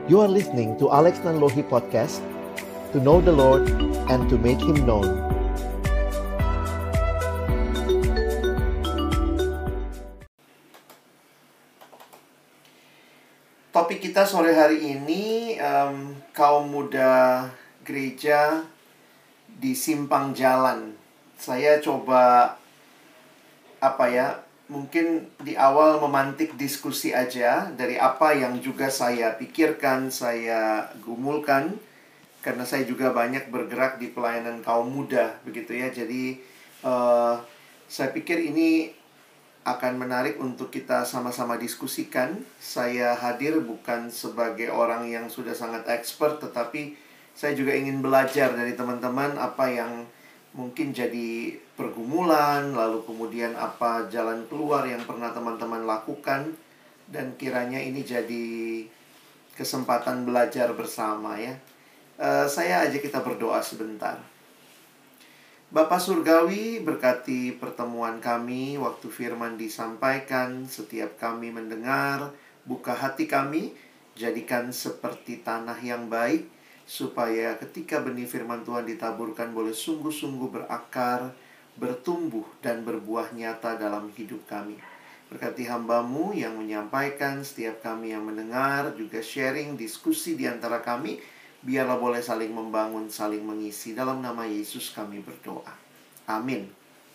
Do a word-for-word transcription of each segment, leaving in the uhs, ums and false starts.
You are listening to Alex Nanlohi Podcast, to know the Lord and to make Him known. Topik kita sore hari ini, um, kaum muda gereja di simpang jalan. Saya coba, apa ya, mungkin di awal memantik diskusi aja dari apa yang juga saya pikirkan, saya gumulkan. Karena saya juga banyak bergerak di pelayanan kaum muda, begitu ya. Jadi, uh, saya pikir ini akan menarik untuk kita sama-sama diskusikan. Saya hadir bukan sebagai orang yang sudah sangat expert, tetapi saya juga ingin belajar dari teman-teman apa yang mungkin jadi pergumulan, lalu kemudian apa jalan keluar yang pernah teman-teman lakukan, dan kiranya ini jadi kesempatan belajar bersama ya. Uh, saya ajak kita berdoa sebentar. Bapa Surgawi, berkati pertemuan kami, waktu firman disampaikan, setiap kami mendengar, buka hati kami, jadikan seperti tanah yang baik, supaya ketika benih firman Tuhan ditaburkan boleh sungguh-sungguh berakar, bertumbuh, dan berbuah nyata dalam hidup kami. Berkati hamba-Mu yang menyampaikan, setiap kami yang mendengar, juga sharing, diskusi di antara kami, biarlah boleh saling membangun, saling mengisi. Dalam nama Yesus kami berdoa. Amin.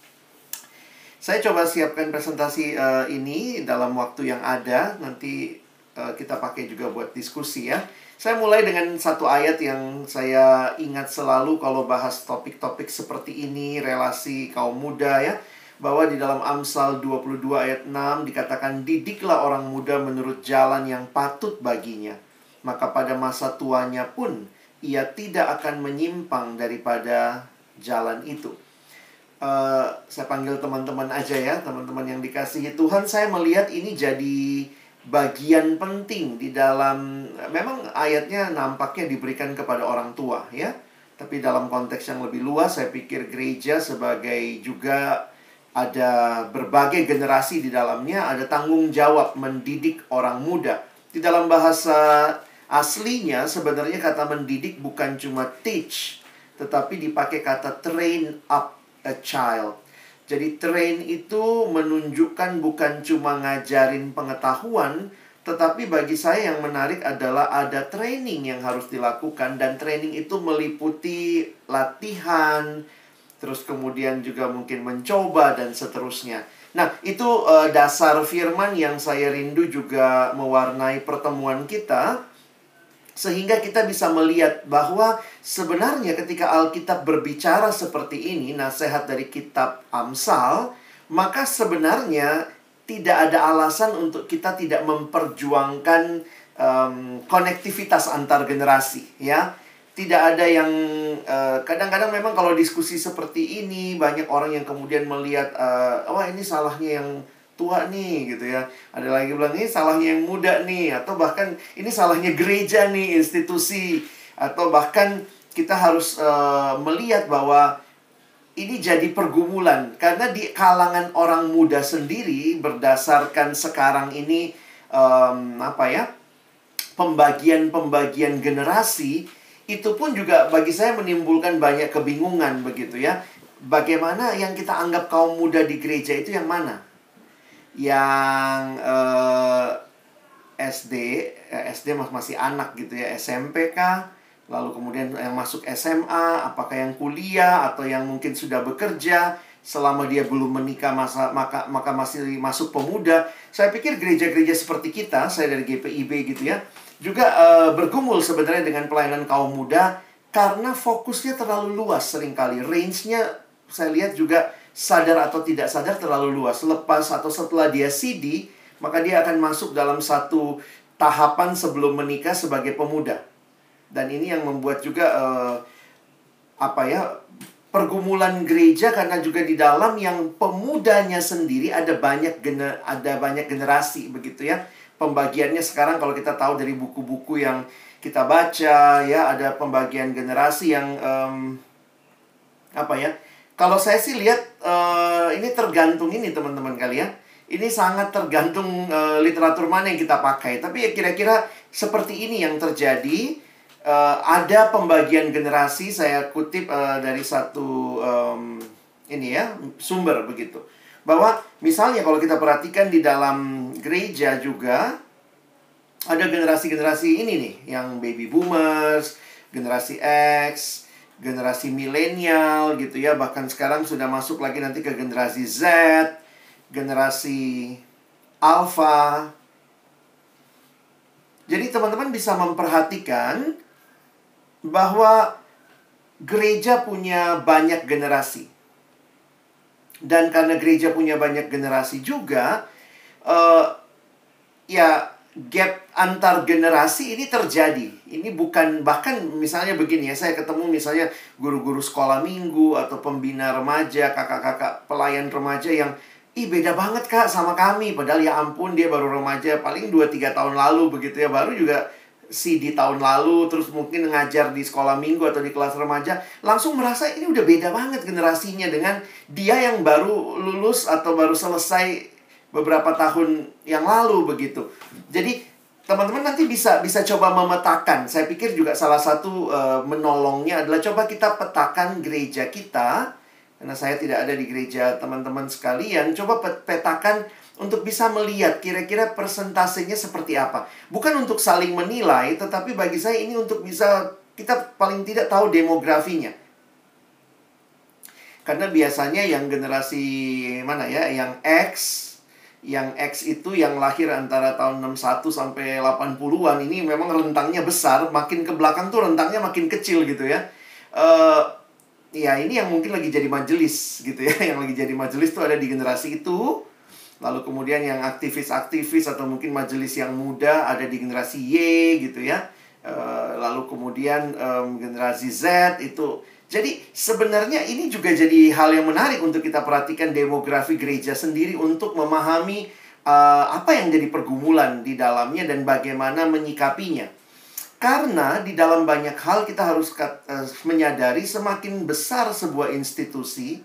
Saya coba siapkan presentasi uh, ini dalam waktu yang ada. Nanti uh, kita pakai juga buat diskusi ya. Saya mulai dengan satu ayat yang saya ingat selalu kalau bahas topik-topik seperti ini, relasi kaum muda ya. Bahwa di dalam Amsal dua puluh dua ayat enam dikatakan, didiklah orang muda menurut jalan yang patut baginya. Maka pada masa tuanya pun ia tidak akan menyimpang daripada jalan itu. Uh, saya panggil teman-teman aja ya, teman-teman yang dikasihi Tuhan. Saya melihat ini jadi bagian penting di dalam, memang ayatnya nampaknya diberikan kepada orang tua ya. Tapi dalam konteks yang lebih luas, saya pikir gereja sebagai juga ada berbagai generasi di dalamnya, ada tanggung jawab mendidik orang muda. Di dalam bahasa aslinya sebenarnya kata mendidik bukan cuma teach, tetapi dipakai kata train up a child. Jadi train itu menunjukkan bukan cuma ngajarin pengetahuan, tetapi bagi saya yang menarik adalah ada training yang harus dilakukan. Dan training itu meliputi latihan, terus kemudian juga mungkin mencoba dan seterusnya. Nah, itu uh, dasar firman yang saya rindu juga mewarnai pertemuan kita. Sehingga kita bisa melihat bahwa sebenarnya ketika Alkitab berbicara seperti ini, nasihat dari kitab Amsal, maka sebenarnya tidak ada alasan untuk kita tidak memperjuangkan um, konektivitas antar generasi, ya. Tidak ada yang uh, kadang-kadang memang kalau diskusi seperti ini banyak orang yang kemudian melihat, uh, wah ini salahnya yang tua nih gitu ya. Ada lagi bilang ini salahnya yang muda nih, atau bahkan ini salahnya gereja nih, institusi, atau bahkan kita harus uh, melihat bahwa ini jadi pergumulan karena di kalangan orang muda sendiri berdasarkan sekarang ini um, apa ya, pembagian-pembagian generasi itu pun juga bagi saya menimbulkan banyak kebingungan begitu ya. Bagaimana yang kita anggap kaum muda di gereja itu yang mana? Yang uh, S D, eh, S D masih anak gitu ya, S M P kah? Lalu kemudian yang masuk S M A, apakah yang kuliah atau yang mungkin sudah bekerja selama dia belum menikah masa, maka maka masih masuk pemuda. Saya pikir gereja-gereja seperti kita, saya dari G P I B gitu ya, juga uh, bergumul sebenarnya dengan pelayanan kaum muda karena fokusnya terlalu luas seringkali. Range-nya saya lihat juga sadar atau tidak sadar terlalu luas. Lepas atau setelah dia C D, maka dia akan masuk dalam satu tahapan sebelum menikah sebagai pemuda. Dan ini yang membuat juga uh, apa ya, pergumulan gereja karena juga di dalam yang pemudanya sendiri ada banyak gener ada banyak generasi begitu ya. Pembagiannya sekarang kalau kita tahu dari buku-buku yang kita baca ya, ada pembagian generasi yang um, apa ya? Kalau saya sih lihat uh, ini tergantung ini teman-teman kalian. Ini sangat tergantung uh, literatur mana yang kita pakai. Tapi ya kira-kira seperti ini yang terjadi. Uh, ada pembagian generasi, saya kutip uh, dari satu um, ini ya sumber begitu. Bahwa misalnya kalau kita perhatikan di dalam gereja juga ada generasi-generasi ini nih, yang baby boomers, generasi X, generasi milenial gitu ya. Bahkan sekarang sudah masuk lagi nanti ke generasi Z, generasi Alpha. Jadi teman-teman bisa memperhatikan bahwa gereja punya banyak generasi. Dan karena gereja punya banyak generasi juga, uh, ya gap antar generasi ini terjadi. Ini bukan, bahkan misalnya begini ya, saya ketemu misalnya guru-guru sekolah minggu atau pembina remaja, kakak-kakak pelayan remaja yang, ih beda banget kak sama kami. Padahal ya ampun dia baru remaja paling dua tiga tahun lalu begitu ya. Baru juga C D tahun lalu, terus mungkin ngajar di sekolah minggu atau di kelas remaja. Langsung merasa ini udah beda banget generasinya dengan dia yang baru lulus atau baru selesai beberapa tahun yang lalu begitu. Jadi teman-teman nanti bisa bisa coba memetakan. Saya pikir juga salah satu uh, menolongnya adalah coba kita petakan gereja kita. Karena saya tidak ada di gereja teman-teman sekalian, coba petakan untuk bisa melihat kira-kira persentasenya seperti apa. Bukan untuk saling menilai, tetapi bagi saya ini untuk bisa kita paling tidak tahu demografinya. Karena biasanya yang generasi mana ya, yang X, yang X itu yang lahir antara tahun enam puluh satu sampai delapan puluhan ini memang rentangnya besar, makin ke belakang tuh rentangnya makin kecil gitu ya. Uh, ya ini yang mungkin lagi jadi majelis gitu ya, yang lagi jadi majelis tuh ada di generasi itu. Lalu kemudian yang aktivis-aktivis atau mungkin majelis yang muda ada di generasi Y gitu ya. Uh, lalu kemudian um, generasi Z itu. Jadi sebenarnya ini juga jadi hal yang menarik untuk kita perhatikan demografi gereja sendiri untuk memahami uh, apa yang jadi pergumulan di dalamnya dan bagaimana menyikapinya. Karena di dalam banyak hal kita harus uh, menyadari semakin besar sebuah institusi,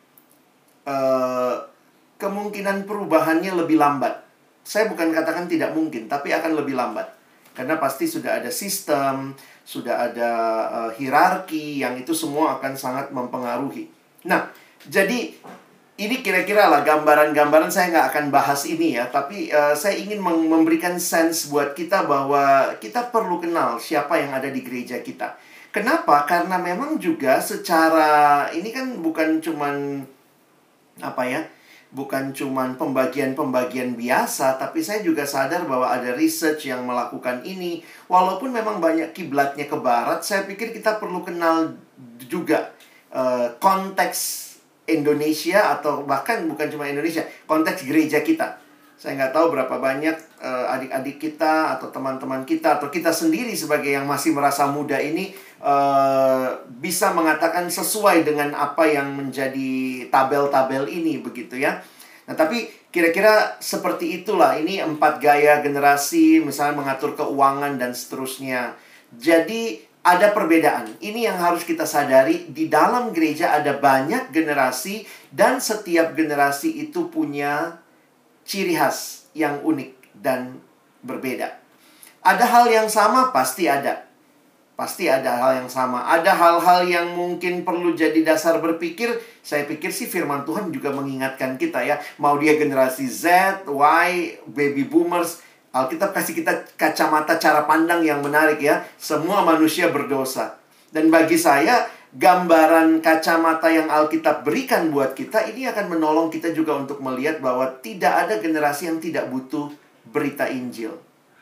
uh, kemungkinan perubahannya lebih lambat. Saya bukan katakan tidak mungkin, tapi akan lebih lambat. Karena pasti sudah ada sistem, sudah ada uh, hierarki, yang itu semua akan sangat mempengaruhi. Nah, jadi ini kira-kira lah gambaran-gambaran, saya nggak akan bahas ini ya. Tapi uh, saya ingin memberikan sense buat kita bahwa kita perlu kenal siapa yang ada di gereja kita. Kenapa? Karena memang juga secara, ini kan bukan cuman, apa ya, bukan cuman pembagian-pembagian biasa, tapi saya juga sadar bahwa ada research yang melakukan ini. Walaupun memang banyak kiblatnya ke barat, saya pikir kita perlu kenal juga uh, konteks Indonesia, atau bahkan bukan cuma Indonesia, konteks gereja kita. Saya nggak tahu berapa banyak uh, adik-adik kita atau teman-teman kita atau kita sendiri sebagai yang masih merasa muda ini uh, bisa mengatakan sesuai dengan apa yang menjadi tabel-tabel ini begitu ya. Nah tapi kira-kira seperti itulah, ini empat gaya generasi, misalnya mengatur keuangan dan seterusnya. Jadi ada perbedaan. Ini yang harus kita sadari, di dalam gereja ada banyak generasi dan setiap generasi itu punya ciri khas yang unik dan berbeda. Ada hal yang sama, pasti ada. Pasti ada hal yang sama. Ada hal-hal yang mungkin perlu jadi dasar berpikir. Saya pikir sih firman Tuhan juga mengingatkan kita ya. Mau dia generasi Z, Y, baby boomers, Alkitab kasih kita kacamata cara pandang yang menarik ya. Semua manusia berdosa. Dan bagi saya, gambaran kacamata yang Alkitab berikan buat kita ini akan menolong kita juga untuk melihat bahwa tidak ada generasi yang tidak butuh berita Injil.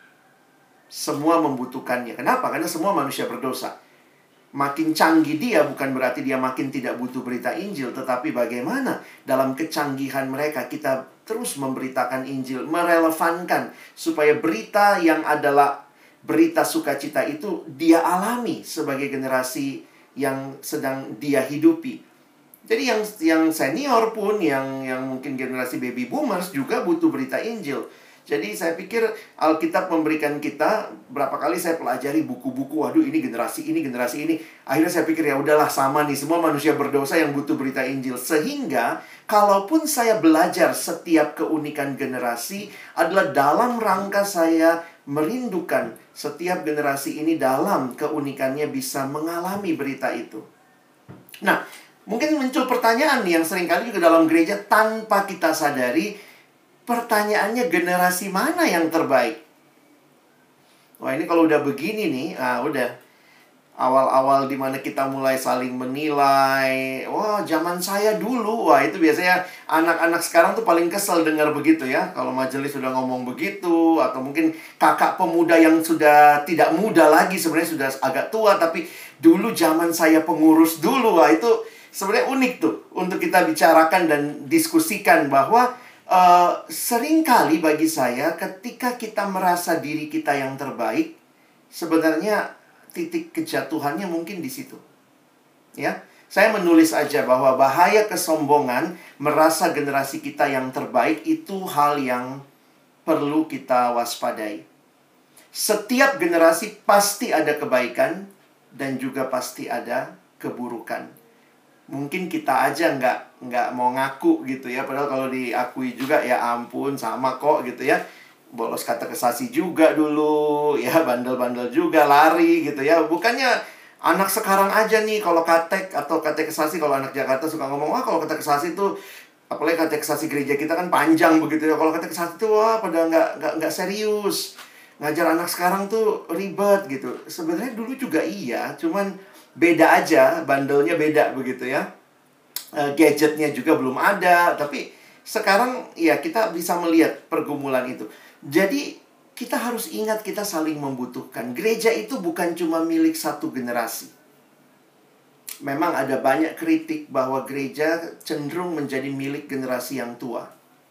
Semua membutuhkannya. Kenapa? Karena semua manusia berdosa. Makin canggih dia bukan berarti dia makin tidak butuh berita Injil, tetapi bagaimana dalam kecanggihan mereka kita terus memberitakan Injil, merelevankan supaya berita yang adalah berita sukacita itu dia alami sebagai generasi yang sedang dia hidupi. Jadi yang yang senior pun, yang yang mungkin generasi baby boomers juga butuh berita Injil. Jadi saya pikir Alkitab memberikan kita, berapa kali saya pelajari buku-buku, waduh ini generasi ini, generasi ini. Akhirnya saya pikir ya udahlah sama nih, semua manusia berdosa yang butuh berita Injil. Sehingga kalaupun saya belajar setiap keunikan generasi adalah dalam rangka saya merindukan setiap generasi ini dalam keunikannya bisa mengalami berita itu. Nah, mungkin muncul pertanyaan nih yang seringkali juga dalam gereja tanpa kita sadari. Pertanyaannya, generasi mana yang terbaik? Wah, ini kalau udah begini nih, ah udah. Awal-awal dimana kita mulai saling menilai. Wah, zaman saya dulu. Wah, itu biasanya anak-anak sekarang tuh paling kesel dengar begitu ya. Kalau majelis sudah ngomong begitu. Atau mungkin kakak pemuda yang sudah tidak muda lagi, sebenarnya sudah agak tua. Tapi dulu zaman saya pengurus dulu. Wah, itu sebenarnya unik tuh untuk kita bicarakan dan diskusikan bahwa Uh, seringkali bagi saya ketika kita merasa diri kita yang terbaik, sebenarnya titik kejatuhannya mungkin di situ. Ya, saya menulis aja bahwa bahaya kesombongan merasa generasi kita yang terbaik itu hal yang perlu kita waspadai. Setiap generasi pasti ada kebaikan dan juga pasti ada keburukan. Mungkin kita aja nggak nggak mau ngaku gitu ya. Padahal kalau diakui juga ya ampun sama kok gitu ya. Bolos katekesasi juga dulu ya, bandel-bandel juga lari gitu ya. Bukannya anak sekarang aja nih kalau katek atau katekesasi, kalau anak Jakarta suka ngomong, wah kalau katekesasi itu, apalagi katekesasi gereja kita kan panjang begitu ya. Kalau katekesasi itu wah pada nggak nggak nggak serius. Ngajar anak sekarang tuh ribet gitu. Sebenarnya dulu juga iya, cuman beda aja, bandelnya beda begitu ya. e, Gadgetnya juga belum ada. Tapi sekarang ya kita bisa melihat pergumulan itu. Jadi kita harus ingat kita saling membutuhkan. Gereja itu bukan cuma milik satu generasi. Memang ada banyak kritik bahwa gereja cenderung menjadi milik generasi yang tua.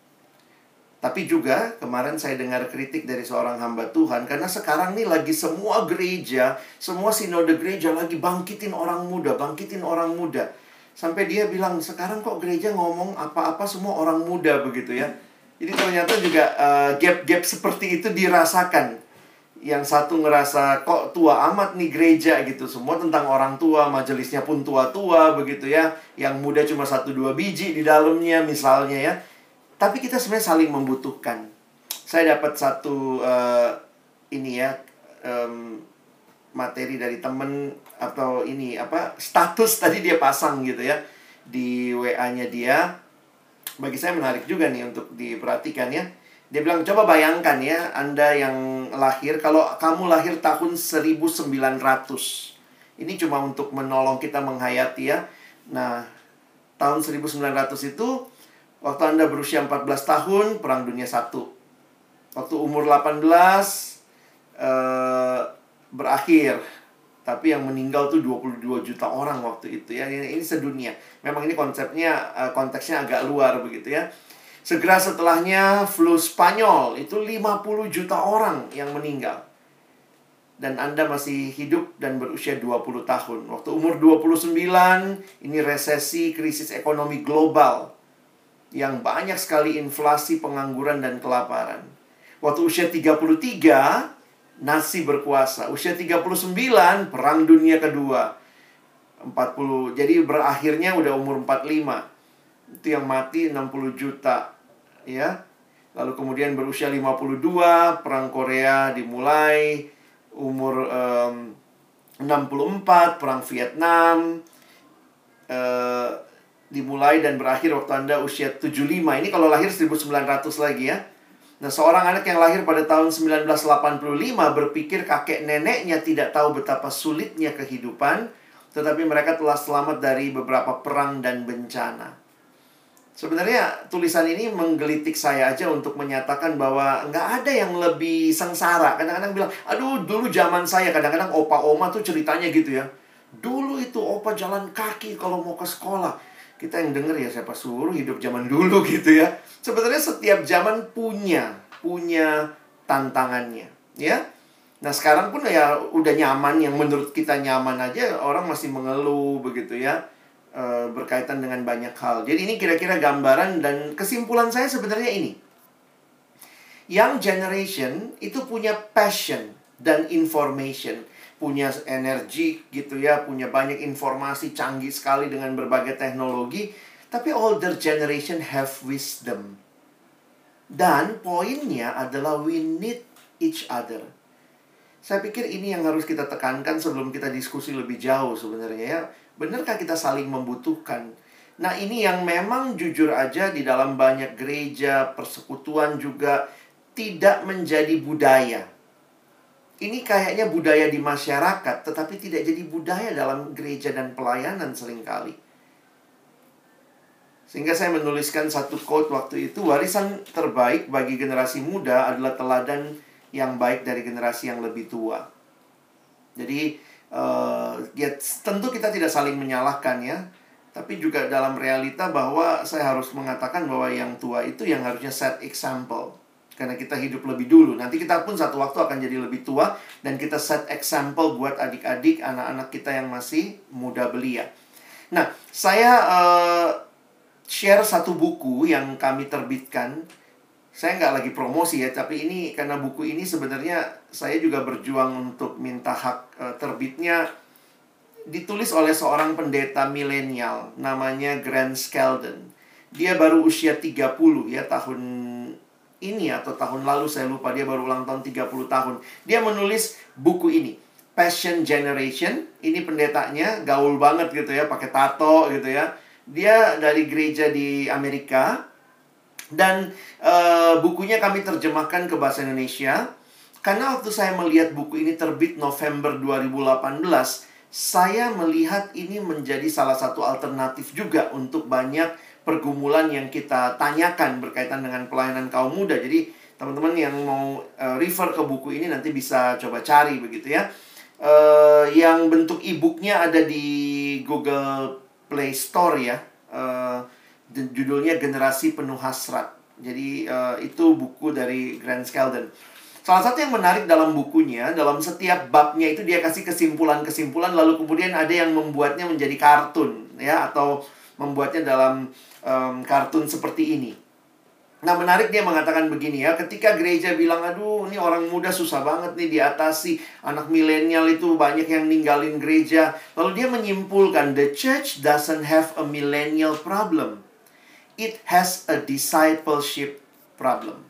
Tapi juga kemarin saya dengar kritik dari seorang hamba Tuhan. Karena sekarang nih lagi semua gereja, semua sinode gereja lagi bangkitin orang muda, bangkitin orang muda. Sampai dia bilang, sekarang kok gereja ngomong apa-apa semua orang muda begitu ya. Jadi ternyata juga uh, gap-gap seperti itu dirasakan. Yang satu ngerasa kok tua amat nih gereja gitu. Semua tentang orang tua, majelisnya pun tua-tua begitu ya. Yang muda cuma satu dua biji di dalamnya misalnya ya. Tapi kita sebenarnya saling membutuhkan. Saya dapat satu uh, ini ya um, materi dari temen atau ini apa status tadi dia pasang gitu ya di W A-nya dia. Bagi saya menarik juga nih untuk diperhatikan ya. Dia bilang, coba bayangkan ya, Anda yang lahir, kalau kamu lahir tahun seribu sembilan ratus. Ini cuma untuk menolong kita menghayati ya. Nah, tahun seribu sembilan ratus itu waktu Anda berusia empat belas tahun, Perang Dunia satu. Waktu umur delapan belas, eh, berakhir. Tapi yang meninggal tuh dua puluh dua juta orang waktu itu ya. Ini, ini sedunia. Memang ini konsepnya, eh, konteksnya agak luar begitu ya. Segera setelahnya flu Spanyol, itu lima puluh juta orang yang meninggal. Dan Anda masih hidup dan berusia dua puluh tahun. Waktu umur dua puluh sembilan, ini resesi, krisis ekonomi global. Yang banyak sekali inflasi, pengangguran, dan kelaparan. Waktu usia tiga puluh tiga, Nazi berkuasa. Usia tiga puluh sembilan, Perang Dunia Kedua. empat puluh, jadi berakhirnya udah umur empat puluh lima. Itu yang mati enam puluh juta. Ya. Lalu kemudian berusia lima puluh dua, Perang Korea dimulai. Umur um, enam puluh empat, Perang Vietnam. Uh, dimulai dan berakhir waktu Anda usia tujuh puluh lima. Ini kalau lahir seribu sembilan ratus lagi ya. Nah, seorang anak yang lahir pada tahun seribu sembilan ratus delapan puluh lima berpikir kakek neneknya tidak tahu betapa sulitnya kehidupan, tetapi mereka telah selamat dari beberapa perang dan bencana. Sebenarnya tulisan ini menggelitik saya aja untuk menyatakan bahwa nggak ada yang lebih sengsara. Kadang-kadang bilang, aduh dulu zaman saya. Kadang-kadang opa-oma tuh ceritanya gitu ya. Dulu itu opa jalan kaki kalau mau ke sekolah. Kita yang denger ya siapa suruh hidup zaman dulu gitu ya. Sebenarnya setiap zaman punya punya tantangannya, ya. Nah, sekarang pun ya udah nyaman, yang menurut kita nyaman aja orang masih mengeluh begitu ya. E, berkaitan dengan banyak hal. Jadi ini kira-kira gambaran dan kesimpulan saya sebenarnya ini. Young generation itu punya passion dan information, punya energi gitu ya, punya banyak informasi, canggih sekali dengan berbagai teknologi. Tapi older generation have wisdom. Dan poinnya adalah we need each other. Saya pikir ini yang harus kita tekankan sebelum kita diskusi lebih jauh sebenarnya ya. Benarkah kita saling membutuhkan? Nah, ini yang memang jujur aja di dalam banyak gereja, persekutuan juga tidak menjadi budaya. Ini kayaknya budaya di masyarakat, tetapi tidak jadi budaya dalam gereja dan pelayanan seringkali. Sehingga saya menuliskan satu quote waktu itu, warisan terbaik bagi generasi muda adalah teladan yang baik dari generasi yang lebih tua. Jadi, uh, ya tentu kita tidak saling menyalahkan ya. Tapi juga dalam realita bahwa saya harus mengatakan bahwa yang tua itu yang harusnya set example. Karena kita hidup lebih dulu. Nanti kita pun satu waktu akan jadi lebih tua. Dan kita set example buat adik-adik, anak-anak kita yang masih muda belia. Nah, saya uh, share satu buku yang kami terbitkan. Saya nggak lagi promosi ya. Tapi ini karena buku ini sebenarnya saya juga berjuang untuk minta hak uh, terbitnya. Ditulis oleh seorang pendeta milenial. Namanya Grant Skeldon. Dia baru usia tiga puluh ya tahun ini atau tahun lalu, saya lupa, dia baru ulang tahun tiga puluh tahun. Dia menulis buku ini, Passion Generation. Ini pendetanya gaul banget gitu ya, pakai tato gitu ya. Dia dari gereja di Amerika. Dan uh, bukunya kami terjemahkan ke bahasa Indonesia. Karena waktu saya melihat buku ini terbit November dua ribu delapan belas, saya melihat ini menjadi salah satu alternatif juga untuk banyak pergumulan yang kita tanyakan berkaitan dengan pelayanan kaum muda. Jadi teman-teman yang mau uh, refer ke buku ini nanti bisa coba cari begitu ya. Uh, yang bentuk e-booknya ada di Google Play Store ya. Uh, judulnya Generasi Penuh Hasrat. Jadi uh, itu buku dari Grant Skeldon. Salah satu yang menarik dalam bukunya, dalam setiap babnya itu dia kasih kesimpulan-kesimpulan, lalu kemudian ada yang membuatnya menjadi kartun ya, atau membuatnya dalam um, kartun seperti ini. Nah, menarik dia mengatakan begini ya, ketika gereja bilang, aduh ini orang muda susah banget nih diatasi, anak milenial itu banyak yang ninggalin gereja. Lalu dia menyimpulkan, the church doesn't have a millennial problem. It has a discipleship problem.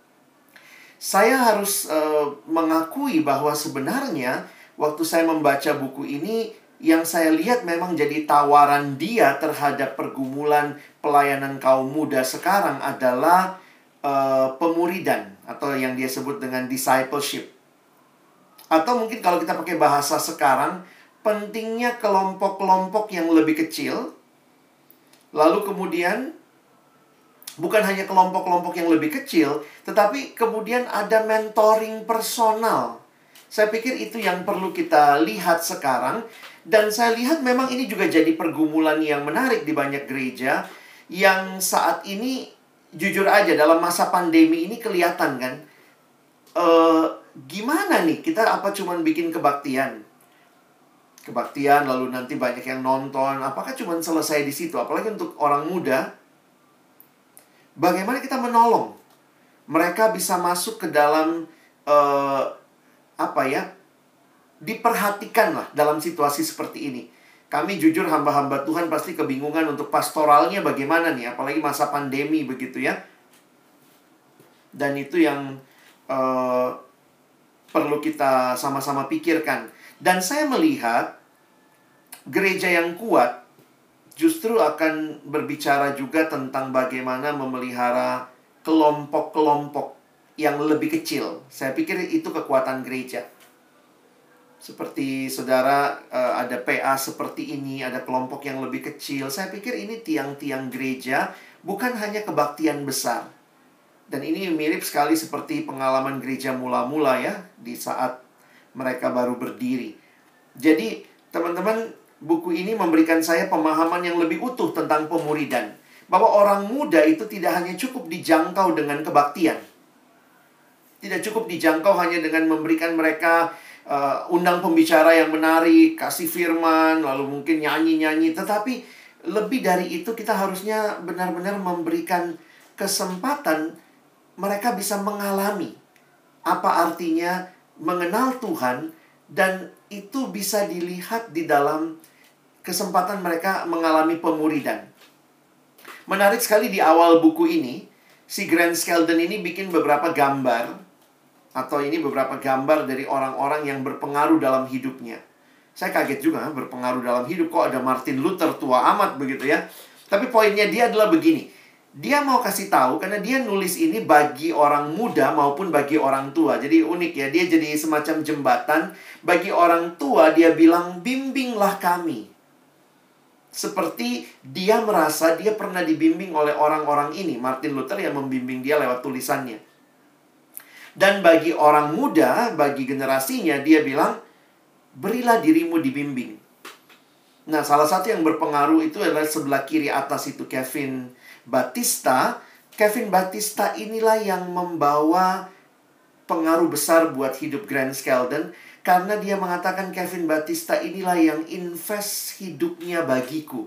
Saya harus uh, mengakui bahwa sebenarnya waktu saya membaca buku ini, yang saya lihat memang jadi tawaran dia terhadap pergumulan pelayanan kaum muda sekarang adalah uh, pemuridan, atau yang dia sebut dengan discipleship. Atau mungkin kalau kita pakai bahasa sekarang, pentingnya kelompok-kelompok yang lebih kecil. Lalu kemudian bukan hanya kelompok-kelompok yang lebih kecil, tetapi kemudian ada mentoring personal. Saya pikir itu yang perlu kita lihat sekarang. Dan saya lihat memang ini juga jadi pergumulan yang menarik di banyak gereja. Yang saat ini, jujur aja, dalam masa pandemi ini kelihatan kan. E, gimana nih, kita apa cuman bikin kebaktian? Kebaktian, lalu nanti banyak yang nonton. Apakah cuman selesai di situ? Apalagi untuk orang muda. Bagaimana kita menolong mereka bisa masuk ke dalam uh, apa ya, diperhatikan lah dalam situasi seperti ini. Kami jujur hamba-hamba Tuhan pasti kebingungan untuk pastoralnya bagaimana nih, apalagi masa pandemi begitu ya. Dan itu yang uh, perlu kita sama-sama pikirkan. Dan saya melihat gereja yang kuat justru akan berbicara juga tentang bagaimana memelihara kelompok-kelompok yang lebih kecil. Saya pikir itu kekuatan gereja. Seperti saudara uh, ada P A seperti ini, ada kelompok yang lebih kecil. Saya pikir ini tiang-tiang gereja, bukan hanya kebaktian besar. Dan ini mirip sekali seperti pengalaman gereja mula-mula ya, di saat mereka baru berdiri. Jadi teman-teman, buku ini memberikan saya pemahaman yang lebih utuh tentang pemuridan. Bahwa orang muda itu tidak hanya cukup dijangkau dengan kebaktian. Tidak cukup dijangkau hanya dengan memberikan mereka uh, undang pembicara yang menarik, kasih firman, lalu mungkin nyanyi-nyanyi. Tetapi lebih dari itu kita harusnya benar-benar memberikan kesempatan mereka bisa mengalami apa artinya mengenal Tuhan, dan itu bisa dilihat di dalam kesempatan mereka mengalami pemuridan. Menarik sekali di awal buku ini, si Grant Skeldon ini bikin beberapa gambar, atau ini beberapa gambar dari orang-orang yang berpengaruh dalam hidupnya. Saya kaget juga, berpengaruh dalam hidup, kok ada Martin Luther tua amat begitu ya. Tapi poinnya dia adalah begini. Dia mau kasih tahu, karena dia nulis ini bagi orang muda maupun bagi orang tua. Jadi unik ya, dia jadi semacam jembatan. Bagi orang tua, dia bilang, bimbinglah kami. Seperti dia merasa dia pernah dibimbing oleh orang-orang ini. Martin Luther yang membimbing dia lewat tulisannya. Dan bagi orang muda, bagi generasinya, dia bilang, berilah dirimu dibimbing. Nah, salah satu yang berpengaruh itu adalah sebelah kiri atas itu, Kevin Batista. Kevin Batista inilah yang membawa pengaruh besar buat hidup Grant Skeldon, karena dia mengatakan Kevin Batista inilah yang invest hidupnya bagiku.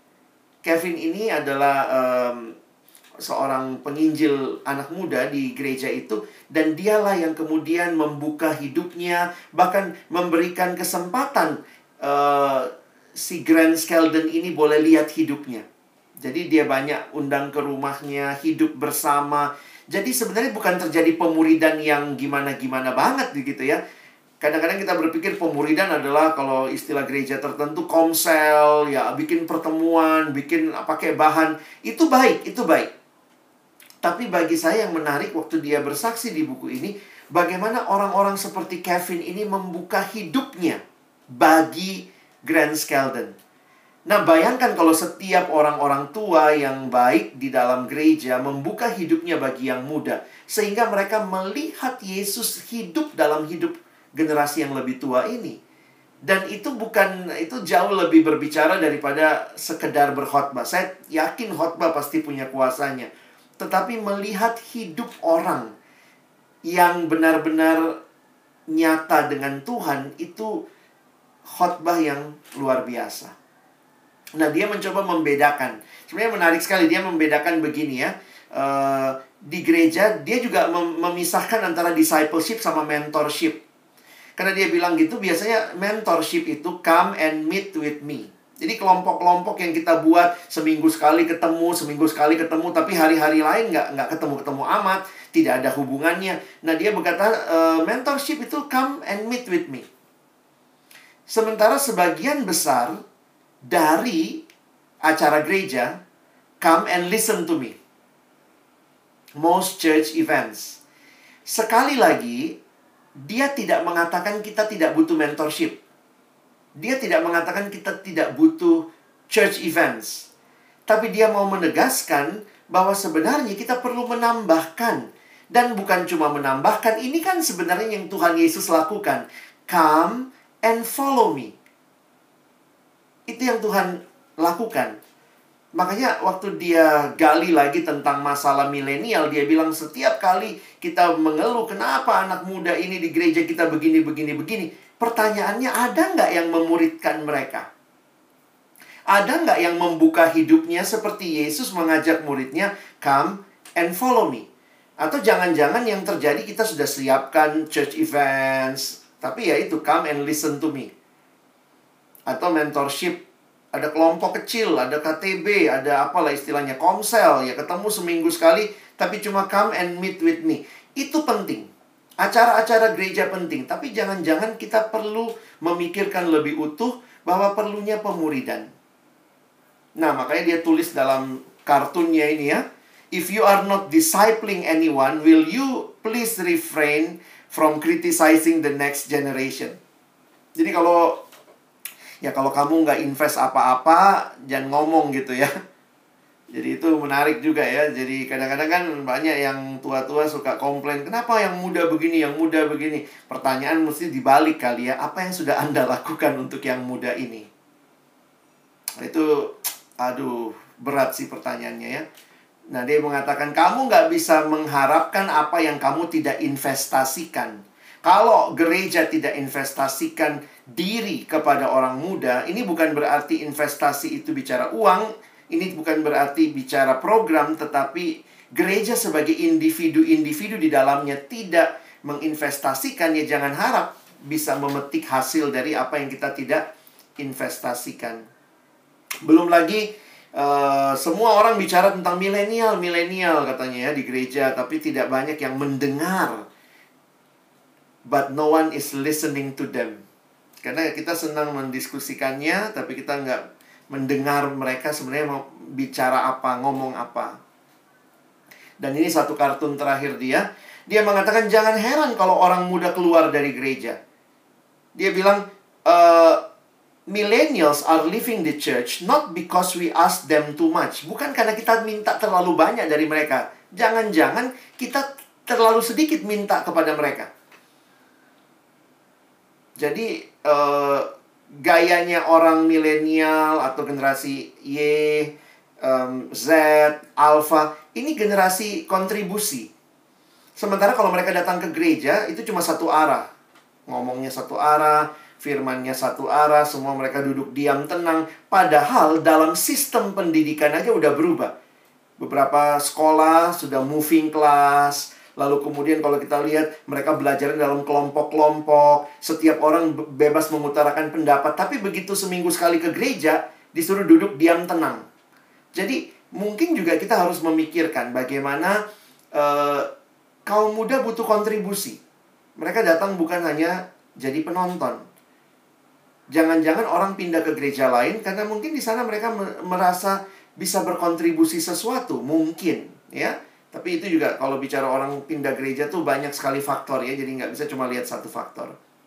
Kevin ini adalah um, seorang penginjil anak muda di gereja itu, dan dialah yang kemudian membuka hidupnya, bahkan memberikan kesempatan uh, si Grant Skeldon ini boleh lihat hidupnya. Jadi dia banyak undang ke rumahnya, hidup bersama. Jadi sebenarnya bukan terjadi pemuridan yang gimana-gimana banget gitu ya. Kadang-kadang kita berpikir pemuridan adalah, kalau istilah gereja tertentu, komsel, ya bikin pertemuan, bikin pakai bahan. Itu baik, itu baik. Tapi bagi saya yang menarik waktu dia bersaksi di buku ini, bagaimana orang-orang seperti Kevin ini membuka hidupnya bagi Grant Skeldon. Nah, bayangkan kalau setiap orang-orang tua yang baik di dalam gereja membuka hidupnya bagi yang muda, sehingga mereka melihat Yesus hidup dalam hidup generasi yang lebih tua ini. Dan itu bukan, itu jauh lebih berbicara daripada sekedar berkhotbah. Saya yakin khotbah pasti punya kuasanya. Tetapi melihat hidup orang yang benar-benar nyata dengan Tuhan, itu khotbah yang luar biasa. Nah, dia mencoba membedakan. Sebenarnya menarik sekali, dia membedakan begini ya. Uh, di gereja, dia juga mem memisahkan antara discipleship sama mentorship. Karena dia bilang gitu, biasanya mentorship itu come and meet with me. Jadi kelompok-kelompok yang kita buat seminggu sekali ketemu, seminggu sekali ketemu, tapi hari-hari lain nggak nggak ketemu-ketemu amat, tidak ada hubungannya. Nah, dia berkata, uh, mentorship itu come and meet with me. Sementara sebagian besar dari acara gereja, come and listen to me. Most church events. Sekali lagi, dia tidak mengatakan kita tidak butuh mentorship. Dia tidak mengatakan kita tidak butuh church events. Tapi dia mau menegaskan bahwa sebenarnya kita perlu menambahkan. Dan bukan cuma menambahkan, ini kan sebenarnya yang Tuhan Yesus lakukan. Come and follow me. Itu yang Tuhan lakukan. Makanya waktu dia gali lagi tentang masalah milenial, dia bilang setiap kali kita mengeluh, kenapa anak muda ini di gereja kita begini, begini, begini. Pertanyaannya, ada nggak yang memuridkan mereka? Ada nggak yang membuka hidupnya seperti Yesus mengajak muridnya, come and follow me? Atau jangan-jangan yang terjadi kita sudah siapkan church events, tapi ya itu, come and listen to me. Atau mentorship, ada kelompok kecil, ada K T B, ada apalah istilahnya, komsel, ya ketemu seminggu sekali, tapi cuma come and meet with me. Itu penting. Acara-acara gereja penting, tapi jangan-jangan kita perlu memikirkan lebih utuh bahwa perlunya pemuridan. Nah, makanya dia tulis dalam kartunnya ini ya, if you are not discipling anyone, will you please refrain from criticizing the next generation? Jadi kalau Ya kalau kamu nggak invest apa-apa, jangan ngomong gitu ya. Jadi itu menarik juga ya. Jadi kadang-kadang kan banyak yang tua-tua suka komplain, kenapa yang muda begini, yang muda begini. Pertanyaan mesti dibalik kali ya, apa yang sudah Anda lakukan untuk yang muda ini? Itu, aduh, berat sih pertanyaannya ya. Nah, dia mengatakan, kamu nggak bisa mengharapkan apa yang kamu tidak investasikan. Kalau gereja tidak investasikan diri kepada orang muda, ini bukan berarti investasi itu bicara uang, ini bukan berarti bicara program, tetapi gereja sebagai individu-individu di dalamnya tidak menginvestasikan, ya jangan harap bisa memetik hasil dari apa yang kita tidak investasikan. Belum lagi uh, semua orang bicara tentang milenial, milenial katanya ya di gereja, tapi tidak banyak yang mendengar. But no one is listening to them. Karena kita senang mendiskusikannya, tapi kita nggak mendengar mereka sebenarnya mau bicara apa, ngomong apa. Dan ini satu kartun terakhir dia. Dia mengatakan jangan heran kalau orang muda keluar dari gereja. Dia bilang, uh, millennials are leaving the church not because we ask them too much. Bukan karena kita minta terlalu banyak dari mereka. Jangan-jangan kita terlalu sedikit minta kepada mereka. Jadi uh, gayanya orang milenial atau generasi Y, um, Z, Alpha, ini generasi kontribusi. Sementara kalau mereka datang ke gereja, itu cuma satu arah. Ngomongnya satu arah, firmannya satu arah, semua mereka duduk diam tenang. Padahal dalam sistem pendidikan aja udah berubah. Beberapa sekolah sudah moving class. Lalu kemudian kalau kita lihat, mereka belajar dalam kelompok-kelompok. Setiap orang bebas mengutarakan pendapat. Tapi begitu seminggu sekali ke gereja, disuruh duduk diam tenang. Jadi mungkin juga kita harus memikirkan bagaimana uh, kaum muda butuh kontribusi. Mereka datang bukan hanya jadi penonton. Jangan-jangan orang pindah ke gereja lain karena mungkin di sana mereka merasa bisa berkontribusi sesuatu. Mungkin, ya. Tapi itu juga kalau bicara orang pindah gereja tuh banyak sekali faktor ya. Jadi nggak bisa cuma lihat satu faktor.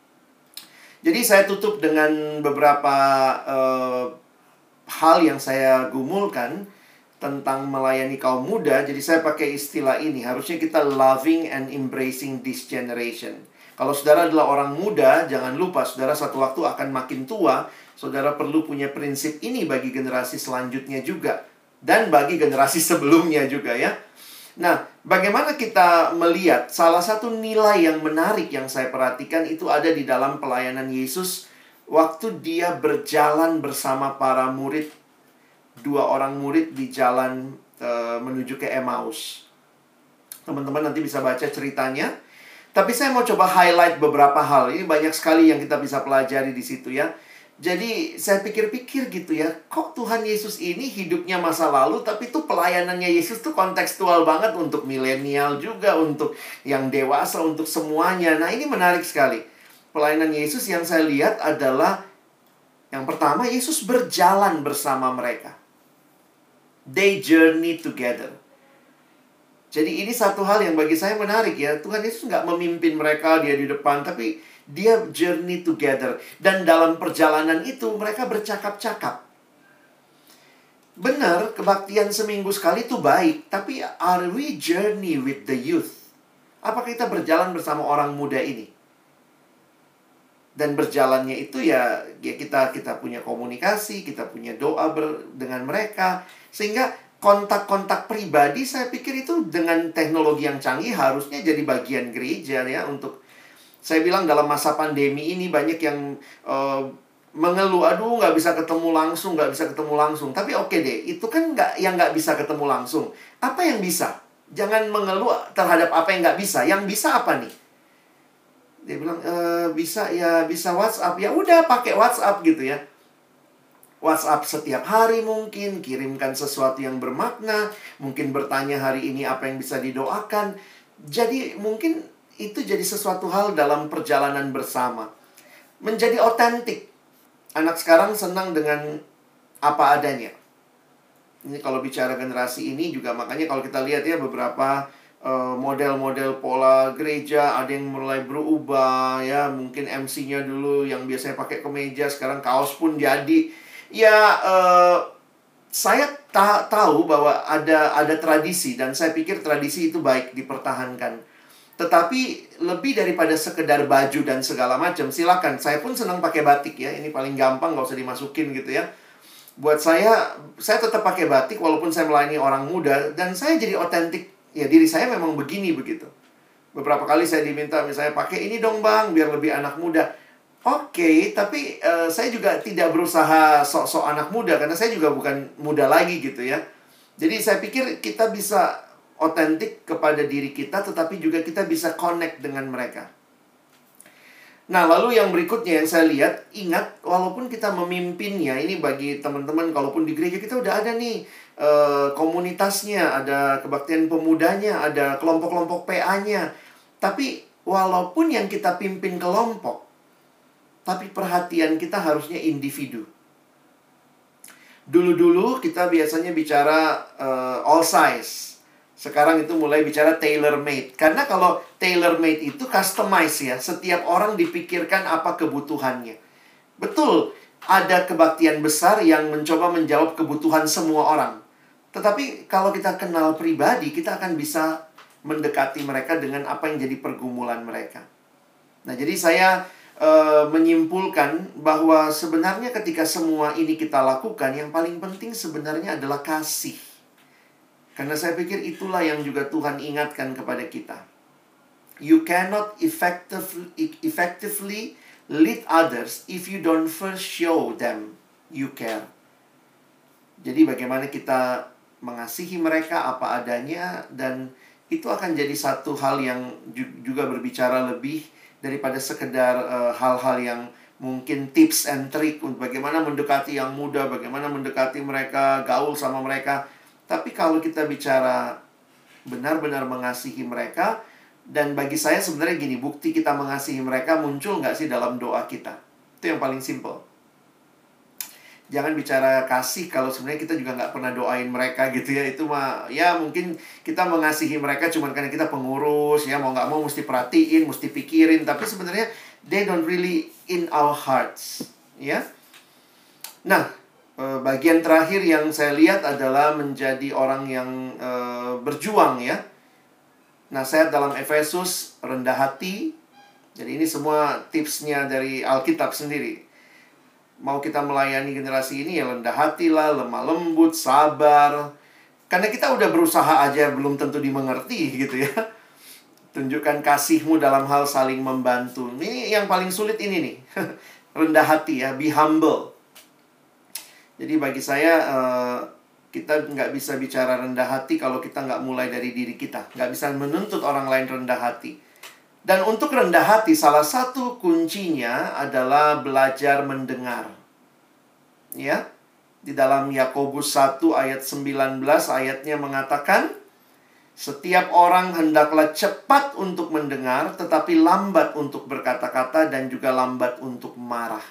Jadi saya tutup dengan beberapa uh, hal yang saya gumulkan tentang melayani kaum muda. Jadi saya pakai istilah ini. Harusnya kita loving and embracing this generation. Kalau saudara adalah orang muda, jangan lupa saudara satu waktu akan makin tua. Saudara perlu punya prinsip ini bagi generasi selanjutnya juga. Dan bagi generasi sebelumnya juga ya. Nah, bagaimana kita melihat salah satu nilai yang menarik yang saya perhatikan itu ada di dalam pelayanan Yesus waktu dia berjalan bersama para murid, dua orang murid di jalan uh, menuju ke Emmaus. Teman-teman nanti bisa baca ceritanya. Tapi saya mau coba highlight beberapa hal. Ini banyak sekali yang kita bisa pelajari di situ ya. Jadi saya pikir-pikir gitu ya, kok Tuhan Yesus ini hidupnya masa lalu, tapi tuh pelayanannya Yesus tuh kontekstual banget untuk milenial juga, untuk yang dewasa, untuk semuanya. Nah ini menarik sekali. Pelayanan Yesus yang saya lihat adalah, yang pertama, Yesus berjalan bersama mereka. They journey together. Jadi ini satu hal yang bagi saya menarik ya. Tuhan Yesus nggak memimpin mereka, dia di depan, tapi dia journey together. Dan dalam perjalanan itu mereka bercakap-cakap. Benar, kebaktian seminggu sekali itu baik. Tapi are we journey with the youth? Apakah kita berjalan bersama orang muda ini? Dan berjalannya itu ya, ya kita kita punya komunikasi, kita punya doa ber, dengan mereka. Sehingga kontak-kontak pribadi saya pikir itu dengan teknologi yang canggih harusnya jadi bagian gereja ya untuk. Saya bilang dalam masa pandemi ini banyak yang uh, mengeluh, aduh nggak bisa ketemu langsung, nggak bisa ketemu langsung. Tapi oke deh, itu kan nggak yang nggak bisa ketemu langsung. Apa yang bisa? Jangan mengeluh terhadap apa yang nggak bisa. Yang bisa apa nih? Dia bilang, e, bisa ya, bisa WhatsApp. Ya udah pakai WhatsApp gitu ya. WhatsApp setiap hari mungkin, kirimkan sesuatu yang bermakna. Mungkin bertanya hari ini apa yang bisa didoakan. Jadi mungkin itu jadi sesuatu hal dalam perjalanan bersama. Menjadi otentik. Anak sekarang senang dengan apa adanya. Ini kalau bicara generasi ini juga, makanya kalau kita lihat ya beberapa uh, model-model pola gereja, ada yang mulai berubah ya. Mungkin M C-nya dulu yang biasanya pakai kemeja, sekarang kaos pun jadi. Ya, uh, saya ta tahu bahwa ada ada tradisi, dan saya pikir tradisi itu baik dipertahankan. Tetapi lebih daripada sekedar baju dan segala macam, silakan. Saya pun senang pakai batik ya. Ini paling gampang, nggak usah dimasukin gitu ya. Buat saya, saya tetap pakai batik walaupun saya melayani orang muda. Dan saya jadi otentik. Ya diri saya memang begini begitu. Beberapa kali saya diminta misalnya pakai ini dong bang, biar lebih anak muda. Oke, okay, tapi uh, saya juga tidak berusaha sok-sok anak muda. Karena saya juga bukan muda lagi gitu ya. Jadi saya pikir kita bisa otentik kepada diri kita, tetapi juga kita bisa connect dengan mereka. Nah, lalu yang berikutnya yang saya lihat, ingat, walaupun kita memimpinnya, ini bagi teman-teman, kalaupun di gereja kita udah ada nih eh, komunitasnya, ada kebaktian pemudanya, ada kelompok-kelompok P A-nya. Tapi walaupun yang kita pimpin kelompok, tapi perhatian kita harusnya individu. Dulu-dulu kita biasanya bicara uh, all size. Sekarang itu mulai bicara tailor made. Karena kalau tailor made itu customize ya. Setiap orang dipikirkan apa kebutuhannya. Betul, ada kebaktian besar yang mencoba menjawab kebutuhan semua orang. Tetapi kalau kita kenal pribadi, kita akan bisa mendekati mereka dengan apa yang jadi pergumulan mereka. Nah, jadi saya e, menyimpulkan bahwa sebenarnya ketika semua ini kita lakukan, yang paling penting sebenarnya adalah kasih. Karena saya pikir itulah yang juga Tuhan ingatkan kepada kita. You cannot effectively, effectively lead others if you don't first show them you care. Jadi bagaimana kita mengasihi mereka apa adanya, dan itu akan jadi satu hal yang juga berbicara lebih daripada sekedar uh, hal-hal yang mungkin tips and trick untuk bagaimana mendekati yang muda, bagaimana mendekati mereka, gaul sama mereka. Tapi kalau kita bicara benar-benar mengasihi mereka, dan bagi saya sebenarnya gini, bukti kita mengasihi mereka muncul nggak sih dalam doa kita? Itu yang paling simple. Jangan bicara kasih kalau sebenarnya kita juga nggak pernah doain mereka gitu ya. Itu mah ya mungkin kita mengasihi mereka cuma karena kita pengurus ya, mau nggak mau mesti perhatiin, mesti pikirin. Tapi sebenarnya they don't really in our hearts ya. Nah, bagian terakhir yang saya lihat adalah menjadi orang yang uh, berjuang ya. Nasihat dalam Efesus, rendah hati. Jadi ini semua tipsnya dari Alkitab sendiri. Mau kita melayani generasi ini ya rendah hatilah, lemah lembut, sabar. Karena kita udah berusaha aja belum tentu dimengerti gitu ya. Tunjukkan kasihmu dalam hal saling membantu. Ini yang paling sulit ini nih. Rendah hati ya, be humble. Jadi bagi saya uh, kita nggak bisa bicara rendah hati kalau kita nggak mulai dari diri kita. Nggak bisa menuntut orang lain rendah hati. Dan untuk rendah hati, salah satu kuncinya adalah belajar mendengar. Ya, di dalam Yakobus satu ayat sembilan belas ayatnya mengatakan, setiap orang hendaklah cepat untuk mendengar, tetapi lambat untuk berkata-kata dan juga lambat untuk marah.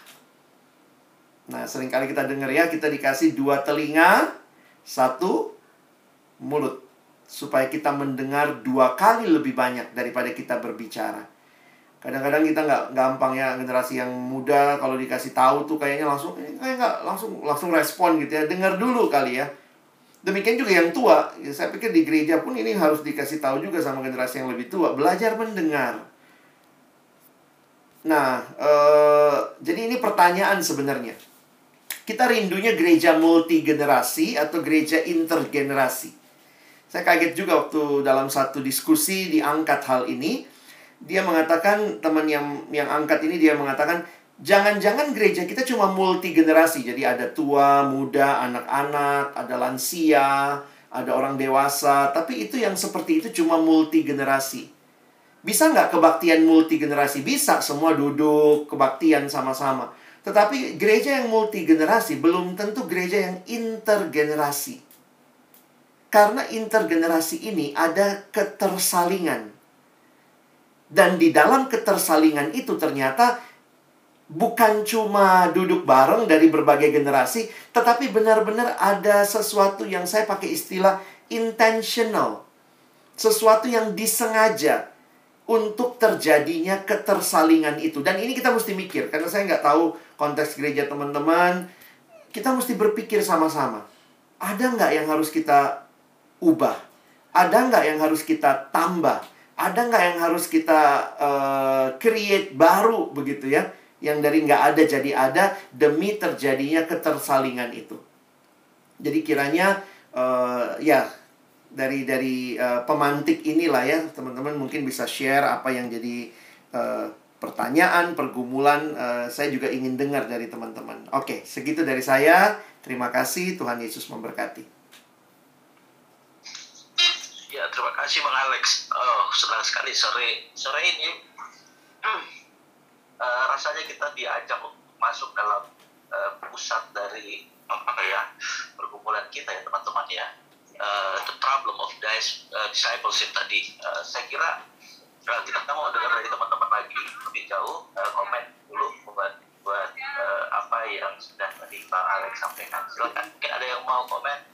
Nah, seringkali kita dengar ya, kita dikasih dua telinga, satu mulut. Supaya kita mendengar dua kali lebih banyak daripada kita berbicara. Kadang-kadang kita nggak gampang ya, generasi yang muda kalau dikasih tahu tuh kayaknya langsung kayak nggak langsung langsung respon gitu ya. Dengar dulu kali ya. Demikian juga yang tua. Ya, saya pikir di gereja pun ini harus dikasih tahu juga sama generasi yang lebih tua. Belajar mendengar. Nah, eh, jadi ini pertanyaan sebenarnya. Kita rindunya gereja multi generasi atau gereja intergenerasi? Saya kaget juga waktu dalam satu diskusi diangkat hal ini. Dia mengatakan, teman yang yang angkat ini dia mengatakan, jangan-jangan gereja kita cuma multi generasi. Jadi ada tua, muda, anak-anak, ada lansia, ada orang dewasa. Tapi itu yang seperti itu cuma multi generasi. Bisa nggak kebaktian multi generasi? Bisa, semua duduk kebaktian sama-sama. Tetapi gereja yang multi generasi belum tentu gereja yang intergenerasi. Karena intergenerasi ini ada ketersalingan. Dan di dalam ketersalingan itu ternyata bukan cuma duduk bareng dari berbagai generasi, tetapi benar-benar ada sesuatu yang saya pakai istilah intentional. Sesuatu yang disengaja untuk terjadinya ketersalingan itu. Dan ini kita mesti mikir, karena saya nggak tahu konteks gereja teman-teman. Kita mesti berpikir sama-sama. Ada nggak yang harus kita ubah? Ada nggak yang harus kita tambah? Ada nggak yang harus kita uh, create baru begitu ya? Yang dari nggak ada jadi ada demi terjadinya ketersalingan itu. Jadi kiranya uh, ya dari dari uh, pemantik inilah ya teman-teman mungkin bisa share apa yang jadi uh, pertanyaan, pergumulan. uh, Saya juga ingin dengar dari teman-teman. Oke, segitu dari saya. Terima kasih, Tuhan Yesus memberkati. Ya, terima kasih Bang Alex. Oh, senang sekali sore sore ini. Uh, rasanya kita diajak untuk masuk dalam uh, pusat dari apa ya perkumpulan kita ya teman-teman ya. Uh, the problem of dis- uh, discipleship tadi. Uh, saya kira uh, kita mau dengar dari teman-teman lagi lebih jauh. Uh, komen dulu buat buat uh, apa yang sudah tadi Bang Alex sampaikan. Silakan. Mungkin ada yang mau komen?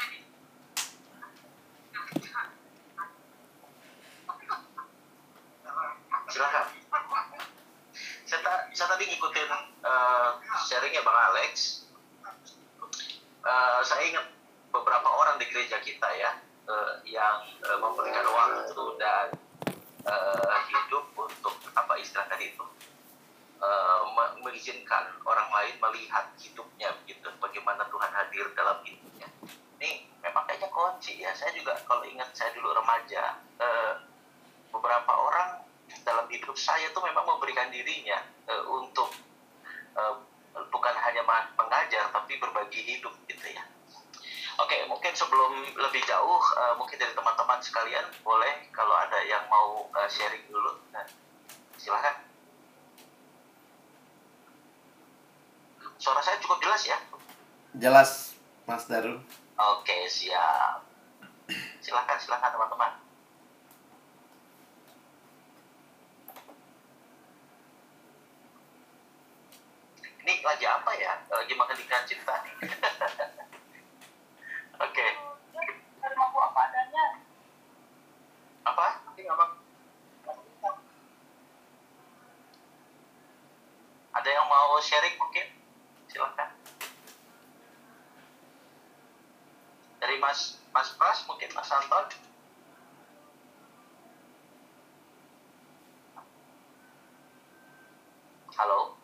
Silakan. Saya, ta- saya tadi ngikutin uh, sharingnya Bang Alex. Uh, saya ingat beberapa orang di gereja kita ya uh, yang uh, memberikan waktu dan uh, hidup untuk apa istilah tadi itu uh, mengizinkan orang lain melihat hidupnya gitu, bagaimana Tuhan hadir dalam hidupnya. Ini memang kayaknya kunci ya. Saya juga kalau ingat saya dulu remaja, uh, beberapa orang dalam hidup saya tuh memang memberikan dirinya uh, untuk uh, bukan hanya mengajar tapi berbagi hidup gitu ya. Oke, mungkin sebelum lebih jauh uh, mungkin dari teman-teman sekalian boleh kalau ada yang mau uh, sharing dulu. Nah, silakan. Suara saya cukup jelas ya? Jelas, Mas Darul. Oke, siap. Silakan, silakan teman-teman. Ini lagi apa ya? Lagi makan ikan cinta nih. Oke. Aku apa adanya. Apa? Ada yang mau sharing mungkin? Silakan. Dari Mas Mas Pras mungkin Mas Anton. Halo.